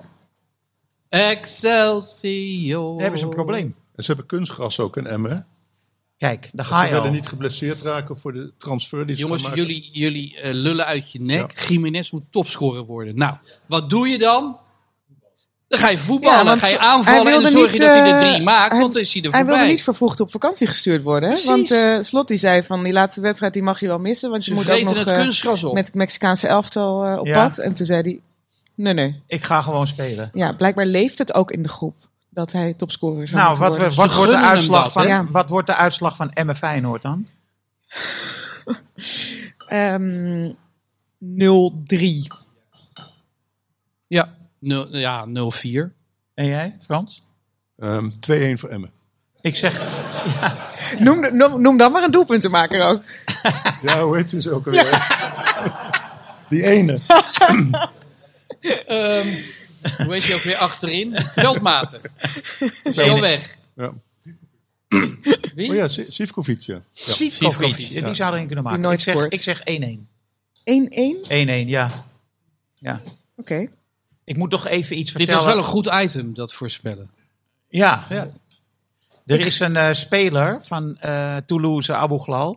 Excelsior. Dan hebben ze een probleem. En ze hebben kunstgras ook in Emmen. Kijk, daar ga je al. Ze willen niet geblesseerd raken voor de transfer die ze Jongens, gaan maken. jullie, jullie uh, lullen uit je nek. Ja. Gimenez moet topscorer worden. Nou, wat doe je dan? Dan ga je voetballen, ja, dan ga je aanvallen en dan zorg niet, je dat hij er drie uh, maakt, hij, want dan is hij er voorbij. Hij wilde niet vervroegd op vakantie gestuurd worden. Hè? Precies. Want uh, Slot die zei van die laatste wedstrijd die mag je wel missen. Want je Ze moet ook nog het kunstgras op. met het Mexicaanse elftal uh, op ja. pad. En toen zei hij, nee, nee. Ik ga gewoon spelen. Ja, blijkbaar leeft het ook in de groep. dat hij topscorer zou Nou, moeten wat, we- worden. wat, Ze wordt de gunnen hem uitslag dat, van, hè? Ja. wat wordt de uitslag van Emmen Feyenoord dan? Ehm, nul drie. Ja, nul, ja nul vier. En jij, Frans? Ehm, twee-een voor Emmen. Ik zeg, Noem, de- noem, noem dan maar een doelpuntenmaker ook. Ja, hoe heet ze ook alweer? Die ene. Ehm, hoe heet je ook weer achterin? Veldmaten. Zo weg. Ja. Wie? Oh ja, Si- Sivkovic, ja. Ja. Sivkovic, Sivkovic, die ja. zou erin kunnen maken. Die nooit Ik zeg, scoort. ik zeg één-één. één-één? één-één, ja. ja. Oké. Ik moet toch even iets Dit vertellen. was wel een goed item, dat voorspellen. Ja, Ja. er is een eh, speler van eh, Toulouse, Abu Ghlal.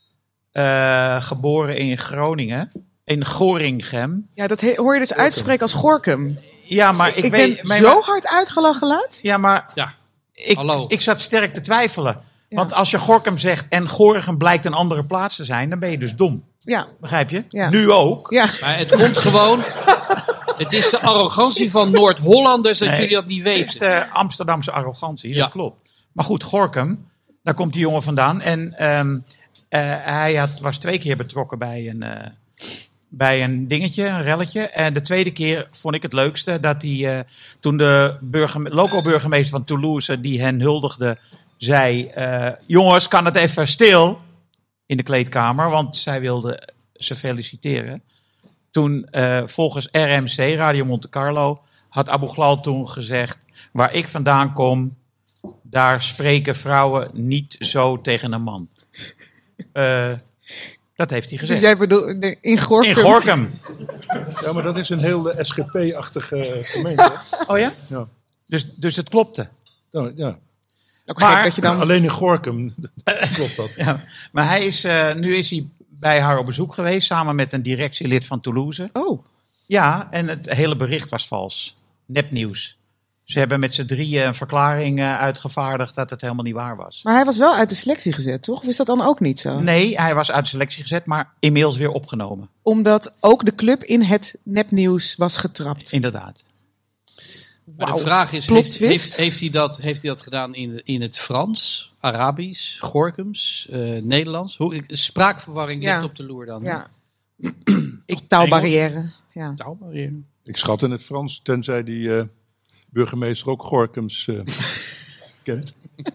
eh, geboren in Groningen. In Gorinchem. Ja, dat he- hoor je dus uitspreken als Gorkum. Ja, maar ik, Ik weet... ben mijn- zo hard uitgelachen laat. Ja, maar Ja. ik, Hallo. ik zat sterk te twijfelen. Want als je Gorkum zegt en Gorinchem blijkt een andere plaats te zijn, dan ben je dus dom. Ja, Begrijp je? Ja. Nu ook. ja. Maar het komt gewoon... Het is de arrogantie van Noord-Hollanders dat Nee. jullie dat niet Het is weten. de Amsterdamse arrogantie, Ja. dat klopt. Maar goed, Gorinchem, daar komt die jongen vandaan. En ehm, eh, hij had, was twee keer betrokken bij een, eh, bij een dingetje, een relletje. En de tweede keer vond ik het leukste dat hij, eh, toen de burgeme- loco-burgemeester van Toulouse, die hen huldigde, zei... eh, jongens, kan het even stil in de kleedkamer, want zij wilde ze feliciteren. Toen, eh, volgens R M C, Radio Monte Carlo, had Abu Ghlal toen gezegd... waar ik vandaan kom, daar spreken vrouwen niet zo tegen een man. Eh, dat heeft hij Dus gezegd. jij bedoelt de- in Gorkum. In Gorinchem. Ja, maar dat is een heel eh, S G P-achtige gemeente. Oh ja? Ja. Dus, dus het klopte. Nou, ja. Ook Maar- gek dat je dan... Alleen in Gorkum klopt dat. Ja. Maar hij is, eh, nu is hij bij haar op bezoek geweest, samen met een directielid van Toulouse. Oh, Ja, en het hele bericht was vals. Nepnieuws. Ze hebben met z'n drieën een verklaring eh, uitgevaardigd dat het helemaal niet waar was. maar hij was wel uit de selectie gezet, toch? Of is dat dan ook niet zo? Nee, hij was uit de selectie gezet, maar inmiddels weer opgenomen. Omdat ook de club in het nepnieuws was getrapt. Inderdaad. Maar de Wauw. vraag is, Plot heeft, twist. heeft, heeft, hij dat, heeft hij dat gedaan in, in het Frans, Arabisch, Gorkums, eh, Nederlands? Hoe, ik- spraakverwarring Ja. ligt op de loer dan. hè? Ja, Ik, taalbarrière. Ja. Taalbarrière. Ik schat in het Frans, tenzij die eh, burgemeester ook Gorkums eh, kent.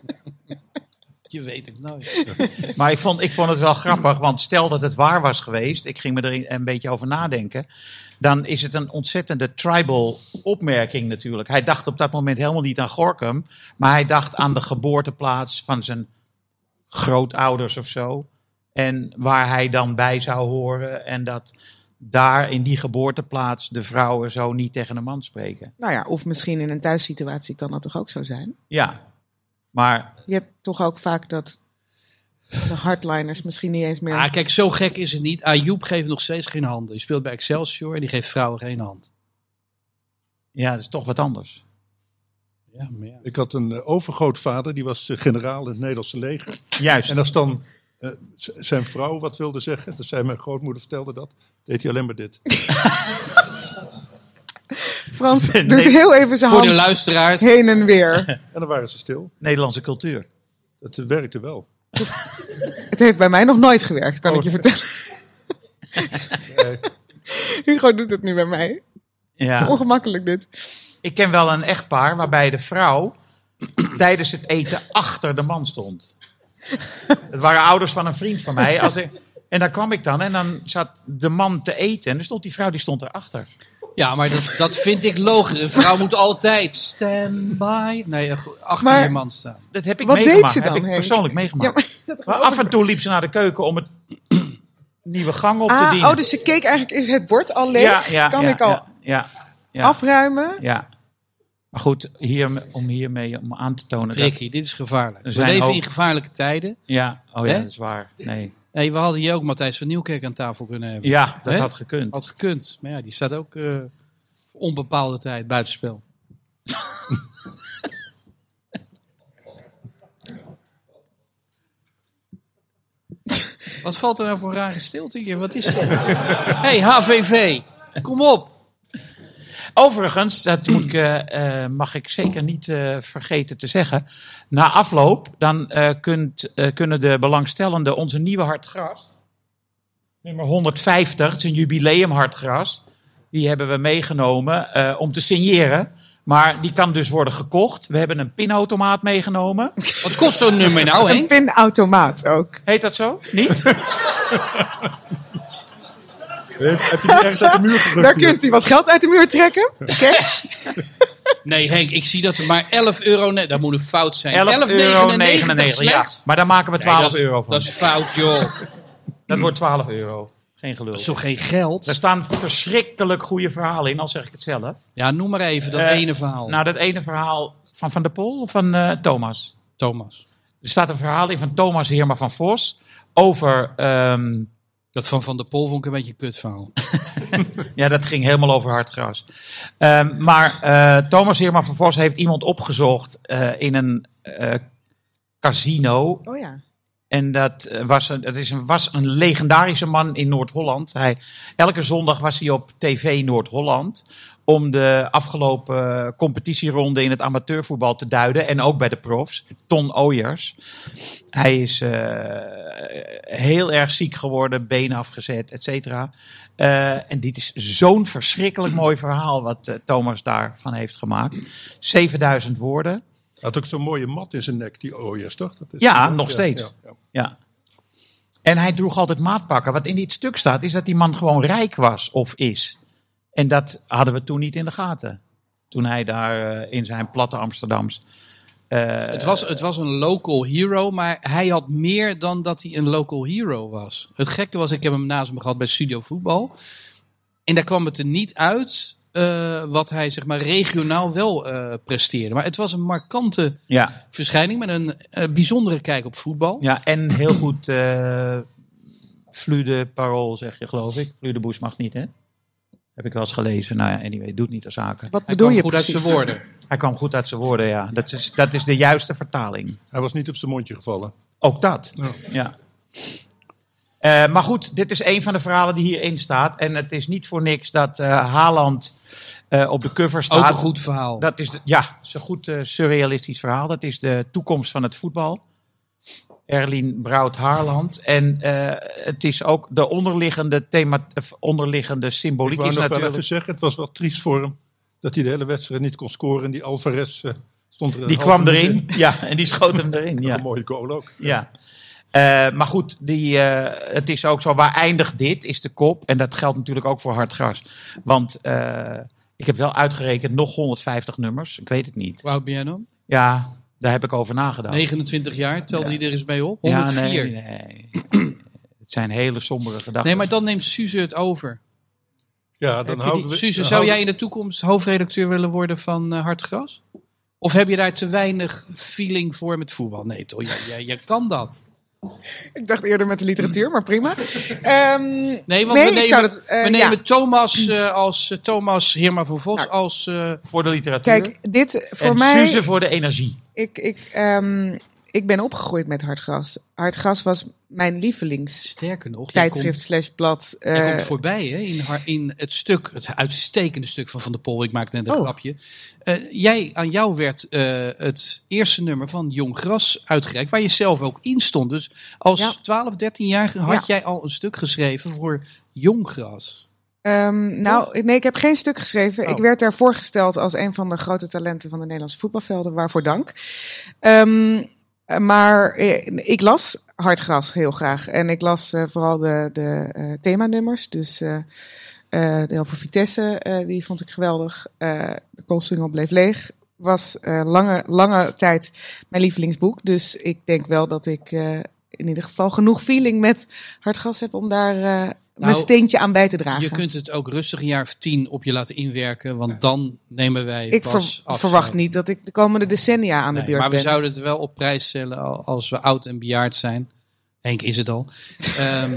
Je weet het nooit. Maar ik vond, ik vond het wel grappig, want stel dat het waar was geweest, ik ging me er een beetje over nadenken, dan is het een ontzettende tribal opmerking natuurlijk. Hij dacht op dat moment helemaal niet aan Gorinchem, maar hij dacht aan de geboorteplaats van zijn grootouders of zo. En waar hij dan bij zou horen en dat daar in die geboorteplaats de vrouwen zo niet tegen een man spreken. Nou ja, of misschien in een thuissituatie kan dat toch ook zo zijn? Ja, maar Je hebt toch ook vaak dat de hardliners misschien niet eens meer... Ah, kijk, zo gek is het niet. Ayoub geeft nog steeds geen handen. Die speelt bij Excelsior en die geeft vrouwen geen hand. ja, dat is toch wat anders. Ja, maar ja. Ik had een eh, overgrootvader, die was eh, generaal in het Nederlandse leger. Juist. En als dan eh, z- zijn vrouw wat wilde zeggen, dat zei mijn grootmoeder, vertelde dat, deed hij alleen maar dit. Frans Nee. doet heel even zijn Voor de hand luisteraars. heen en weer. En dan waren ze stil. Nederlandse cultuur. Dat eh, werkte wel. Het heeft bij mij nog nooit gewerkt, kan Oh. ik je vertellen. Hugo doet het nu bij mij. Ja. Ongemakkelijk dit. Ik ken wel een echtpaar waarbij de vrouw tijdens het eten achter de man stond. Het waren ouders van een vriend van mij. Als ik, en daar kwam ik dan en dan zat de man te eten en dan stond die vrouw die stond erachter. Ja, maar dat, dat vind ik logisch. Een vrouw moet altijd stand by. Nee, eh, achter Maar- je man staan. Dat heb ik Wat deed meegemaakt. ze dan, heb ik Henk? persoonlijk Ja, meegemaakt. maar dat maar af en toe liep ze naar de keuken om het nieuwe gang op te Ah, dienen. oh, dus ze keek eigenlijk, is het bord al leeg? ja, ja, kan ja, ik al ja, ja, ja, afruimen? ja. Maar goed, hier, om hiermee om aan te tonen. Dat, Tricky, dit is gevaarlijk. We zijn leven ook- in gevaarlijke tijden. ja, oh ja, Hè? dat is waar. Nee. Hey, we hadden hier ook Matthijs van Nieuwkerk aan tafel kunnen hebben. Ja, dat Hè? had gekund. Had gekund. Maar ja, die staat ook eh, voor onbepaalde tijd buitenspel. Wat valt er nou voor een rare stilte hier? Wat is dit? Hey, H V V, kom op. Overigens, dat moet ik, uh, mag ik zeker niet uh, vergeten te zeggen. Na afloop, dan uh, kunt, uh, kunnen de belangstellenden onze nieuwe hartgras, nummer honderdvijftig, het is een jubileum hartgras. Die hebben we meegenomen uh, om te signeren. Maar die kan dus worden gekocht. We hebben een pinautomaat meegenomen. Wat kost zo'n nummer nou, Een Henk? pinautomaat ook. Heet dat zo? Niet? Heb je die ergens uit de muur gedrukt? Daar kunt u wat geld uit de muur trekken. Cash. Nee, Henk, ik zie dat er maar elf euro... Ne- dat moet een fout zijn. elf euro negenennegentig. Ja, slechts? maar daar maken we twaalf Nee, dat is- euro van. Dat is fout, joh. Dat wordt twaalf euro. Geen gelul. Dat is toch geen geld? Er staan verschrikkelijk goede verhalen in, al zeg ik het zelf. Ja, noem maar even dat Eh, ene verhaal. Nou, dat ene verhaal van Van der Pol of van uh, Thomas? Thomas. Er staat een verhaal in van Thomas Heerma van Vos over... Um, Dat van Van der Pol vond ik een beetje een kutverhaal. ja, dat ging helemaal over hardgras. Um, maar uh, Thomas Heerma van Vos heeft iemand opgezocht uh, in een uh, casino. Oh ja. En dat was een, het is een, was een legendarische man in Noord-Holland. Hij, elke zondag was hij op tv Noord-Holland om de afgelopen competitieronde in het amateurvoetbal te duiden. En ook bij de profs. Ton Ooyers. Hij is uh, heel erg ziek geworden, benen afgezet, et cetera. Uh, en dit is zo'n verschrikkelijk mooi verhaal wat uh, Thomas daarvan heeft gemaakt. zevenduizend woorden. Hij had ook zo'n mooie mat in zijn nek, die Ooyers, toch? Dat is Ja, dat, nog ja, steeds. Ja, ja. Ja. En hij droeg altijd maatpakken. Wat in dit stuk staat, is dat die man gewoon rijk was of is. En dat hadden we toen niet in de gaten. Toen hij daar uh, in zijn platte Amsterdams... Uh, Het was, het was een local hero, maar hij had meer dan dat hij een local hero was. Het gekke was, ik heb hem naast me gehad bij Studio Voetbal. En daar kwam het er niet uit uh, wat hij zeg maar regionaal wel uh, presteerde. Maar het was een markante ja. verschijning met een uh, bijzondere kijk op voetbal. Ja, en heel goed uh, fluide parool, zeg je, geloof ik. Fluide Bush mag niet, hè? Heb ik wel eens gelezen. Nou ja, anyway, doet niet de zaken. Wat Hij bedoel kwam je goed precies? uit zijn woorden. Hij kwam goed uit zijn woorden, ja. Dat is, dat is de juiste vertaling. Hij was niet op zijn mondje gevallen. Ook dat, Ja. ja. Uh, maar goed, dit is een van de verhalen die hierin staat. En het is niet voor niks dat uh, Haaland uh, op de cover staat. Ook een goed verhaal. Dat is de, ja, het is een goed uh, surrealistisch verhaal. Dat is de toekomst van het voetbal. Erling Braut Haaland. En uh, het is ook de onderliggende, thema, onderliggende symboliek Ik wou is nog wel natuurlijk... even zeggen, het was wel triest voor hem dat hij de hele wedstrijd niet kon scoren. En die Alvarez uh, stond er een Die halve kwam minuut erin, in. ja, en die schoot hem erin. Ja. Ja. Een mooie goal ook. Ja. Uh, maar goed, die, uh, het is ook zo, waar eindigt dit, is de kop. En dat geldt natuurlijk ook voor Hartgras. Want uh, ik heb wel uitgerekend nog honderdvijftig nummers. Ik weet het niet. Hoe oud ben jij dan? Ja, daar heb ik over nagedacht. negenentwintig jaar, telde Ja. je er eens mee op? honderdvier. Ja, nee, nee. Het zijn hele sombere gedachten. Nee, maar dan neemt Suze het over. Ja, dan Heb je houden die- we... Suze, dan zou houden- jij in de toekomst hoofdredacteur willen worden van uh, Hartgras? Of heb je daar te weinig feeling voor met voetbal? Nee, toch? Je, je, je kan dat. Ik dacht eerder met de literatuur, maar prima. Um, Nee, want nee, we ik zou nemen, dat, uh, we nemen ja. Thomas uh, als uh, Thomas Heerma van Vos Nou, als... Uh, voor de literatuur. Kijk, dit voor en mij... Suze voor de energie. Ik, ik, um, ik ben opgegroeid met Hartgras. Hartgras was mijn lievelings sterker nog, jij komt, tijdschrift slash blad. Uh, jij komt voorbij hè, in, haar, in het stuk, het uitstekende stuk van Van der Pol. Ik maak net een Oh. grapje. Uh, jij, aan jou werd uh, het eerste nummer van Jong Gras uitgereikt, waar je zelf ook in stond. Dus als Ja. twaalf, dertien-jarige had Ja. jij al een stuk geschreven voor Jong Gras. Um, nou, nee, ik heb geen stuk geschreven. Oh. Ik werd daar voorgesteld als een van de grote talenten van de Nederlandse voetbalvelden. Waarvoor dank. Um, maar eh, ik las Hartgras heel graag. En ik las uh, vooral de, de uh, themanummers. Dus uh, uh, de over Vitesse, uh, die vond ik geweldig. Uh, de Koolsingel bleef leeg. Was uh, lange, lange tijd mijn lievelingsboek. Dus ik denk wel dat ik uh, in ieder geval genoeg feeling met Hartgras heb om daar... Uh, Nou, mijn steentje aan bij te dragen. Je kunt het ook rustig een jaar of tien op je laten inwerken, want dan nemen wij ik pas ver- afscheid. verwacht niet dat ik de komende decennia aan de Nee, beurt maar we ben. zouden het wel op prijs stellen al- als we oud en bejaard zijn. Henk is het al. um,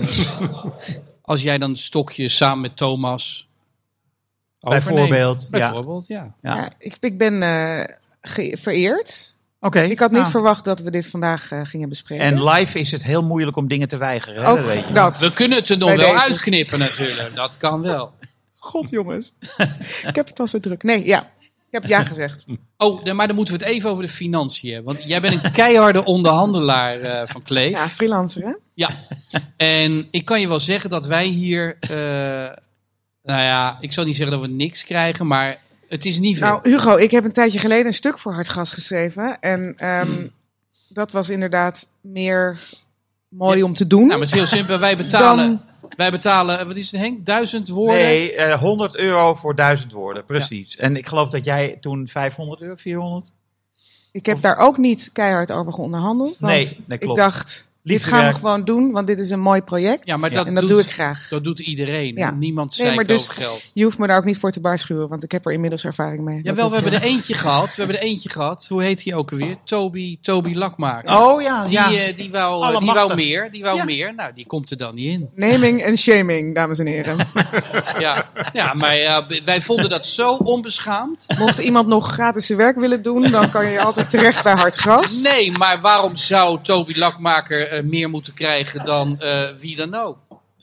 als jij dan het stokje samen met Thomas overneemt. Bijvoorbeeld, ja. Bijvoorbeeld, ja. Ja. Ja, ik, ik ben uh, ge- vereerd. Oké. Ik had niet nou. verwacht dat we dit vandaag uh, gingen bespreken. En live is het heel moeilijk om dingen te weigeren. Hè? ook Dat weet je. dat. We kunnen het er nog Bij wel deze. uitknippen natuurlijk. Dat kan wel. God jongens. Ik heb het al zo druk. Nee, ja. Ik heb ja gezegd. Oh, dan- maar dan moeten we het even over de financiën hebben. Want jij bent een keiharde onderhandelaar eh, van Kleef. Ja, freelancer hè? Ja, en ik kan je wel zeggen dat wij hier, eh, nou ja, ik zal niet zeggen dat we niks krijgen, maar het is niet veel. Nou, Hugo, ik heb een tijdje geleden een stuk voor Hartgas geschreven. En ehm, Hmm. dat was inderdaad meer mooi Ja. om te doen. Nou, maar het is heel simpel. Wij betalen, Dan- wij betalen, wat is het Henk? Duizend woorden? Nee, eh, honderd euro voor duizend woorden, precies. En ik geloof dat jij toen vijfhonderd euro, vierhonderd? Ik heb daar ook niet keihard over geonderhandeld. Want Nee, nee, klopt. ik dacht, dit gaan we Liefdewerk. gewoon doen, want dit is een mooi project. Ja, maar Ja. dat, en dat doet, doe ik graag. Dat doet iedereen. Ja. Niemand Nee, zeikt maar dus- over geld. Je hoeft me daar ook niet voor te waarschuwen, want ik heb er inmiddels ervaring mee. Jawel, Dat we het, hebben eh, er eentje gehad. We hebben er eentje gehad. Hoe heet hij ook alweer? Toby, Toby Lakmaker. Oh ja, Die, ja. eh, die, wou, eh, die Allemachtig. wou meer. Die wou Ja. meer. Nou, die komt er dan niet in. Naming en shaming, dames en heren. Ja, ja maar ja, wij vonden dat zo onbeschaamd. Mocht iemand nog gratis zijn werk willen doen, dan kan je altijd terecht bij Hartgras. Nee, maar waarom zou Toby Lakmaker eh, meer moeten krijgen dan eh, wie dan ook?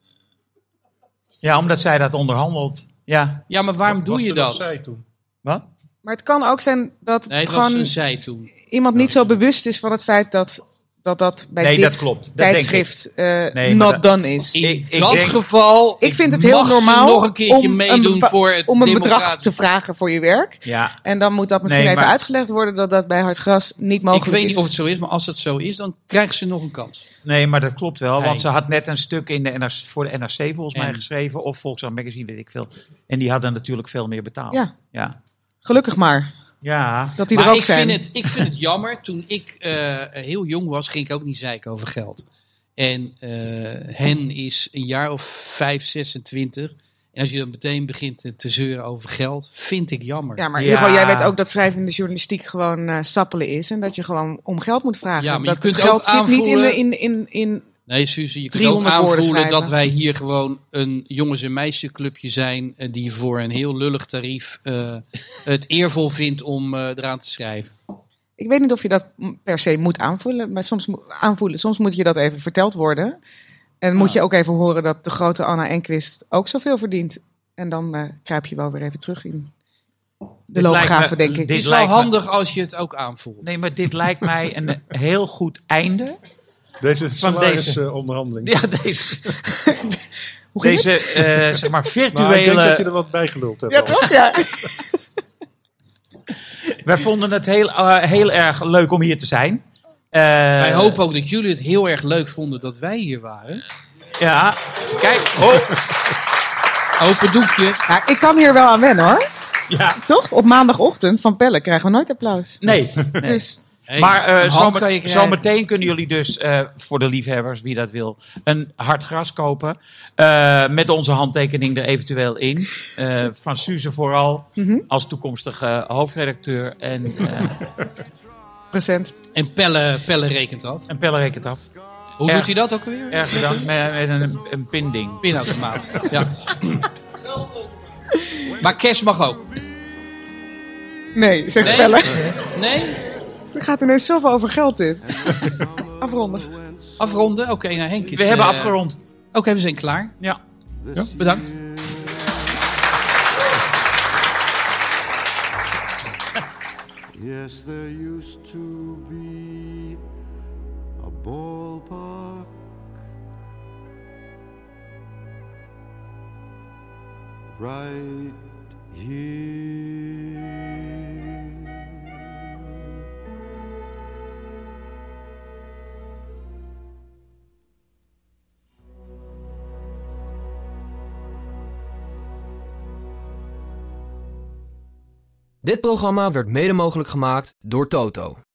Ja, omdat zij dat onderhandelt. Ja. Ja, maar waarom Wat doe was je er nog dat? zij toen? Wat? Maar het kan ook zijn dat Nee, het gewoon was een zij toen. iemand niet zo bewust is van het feit dat dat, dat bij Nee, dit dat klopt. Dat denk tijdschrift eh, Nee, maar not dat- done is. In Ik- ik dat denk- geval Ik vind het heel mag ze normaal nog een keertje om meedoen bepa- voor het om een bedrag democratisch- te vragen voor je werk. Ja. En dan moet dat misschien Nee, even maar- uitgelegd worden dat dat bij Hartgras niet mogelijk Ik weet is. niet of het zo is, maar als het zo is, dan krijgen ze nog een kans. Nee, maar dat klopt wel. Nee. Want ze had net een stuk in de N R C, voor de N R C volgens mij En? geschreven. Of Volkswagen Magazine, weet ik veel. En die hadden natuurlijk veel meer betaald. Ja. Ja. Gelukkig maar Ja. dat die Maar er ook ik zijn. vind, het, ik vind het jammer. Toen ik eh, heel jong was, ging ik ook niet zeiken over geld. En eh, hen is een jaar of vijf, zesentwintig. En als je dan meteen begint te, te zeuren over geld, vind ik jammer. Ja, maar Ja. Hugo, jij weet ook dat schrijven in de journalistiek gewoon eh sappelen is. En dat je gewoon om geld moet vragen. Ja, maar je dat kunt het geld ook zit niet in, de, aanvoelen- in, in, in Nee, Suze, je kunt ook driehonderd woorden aanvoelen schrijven. dat wij hier gewoon een jongens- en meisjesclubje zijn eh, die voor een heel lullig tarief eh, het eervol vindt om eh, eraan te schrijven. Ik weet niet of je dat per se moet aanvoelen, maar soms, mo- aanvoelen. Soms moet je dat even verteld worden. En moet je ook even horen dat de grote Anna Enquist ook zoveel verdient. En dan eh kruip je wel weer even terug in de Dit lijkt loopgraven, me- denk ik. Het Dit is wel lijkt me- handig als je het ook aanvoelt. Nee, maar dit lijkt mij een heel goed einde. Deze Van deze. salarisonderhandeling. Ja, deze, Hoe ging deze eh, zeg maar Maar ik denk virtuele... dat je er wat bij geluld hebt. Ja, al. toch? Ja. Wij vonden het heel, eh, heel erg leuk om hier te zijn. Eh, Wij hopen ook dat jullie het heel erg leuk vonden dat wij hier waren. Ja, kijk. Oh, Open doekje. Ja, ik kan hier wel aan wennen, hoor. ja. Toch? Op maandagochtend van Pelle krijgen we nooit applaus. Nee. nee. Dus Hey, Maar eh een zo, hand kan je krijgen. zometeen kunnen jullie dus, eh, voor de liefhebbers, wie dat wil, een hard gras kopen. Eh, met onze handtekening er eventueel in. Eh, van Suze vooral, Mhm. als toekomstige hoofdredacteur. En, eh present. En Pelle, Pelle rekent af. en Pelle rekent af. Hoe Erg- doet hij dat ook alweer? Erg bedankt met, met een, een pinding. Pinautomaat. Ja. Maar cash mag ook. Nee, zegt Nee? Pelle. Nee? Het gaat ineens zoveel over geld, dit. Afronden. Afronden? Oké, nou Henk is... We hebben eh, afgerond. Oké, we zijn klaar. Ja. Bedankt. Yes, there used to be a ballpark right here. Dit programma werd mede mogelijk gemaakt door Toto.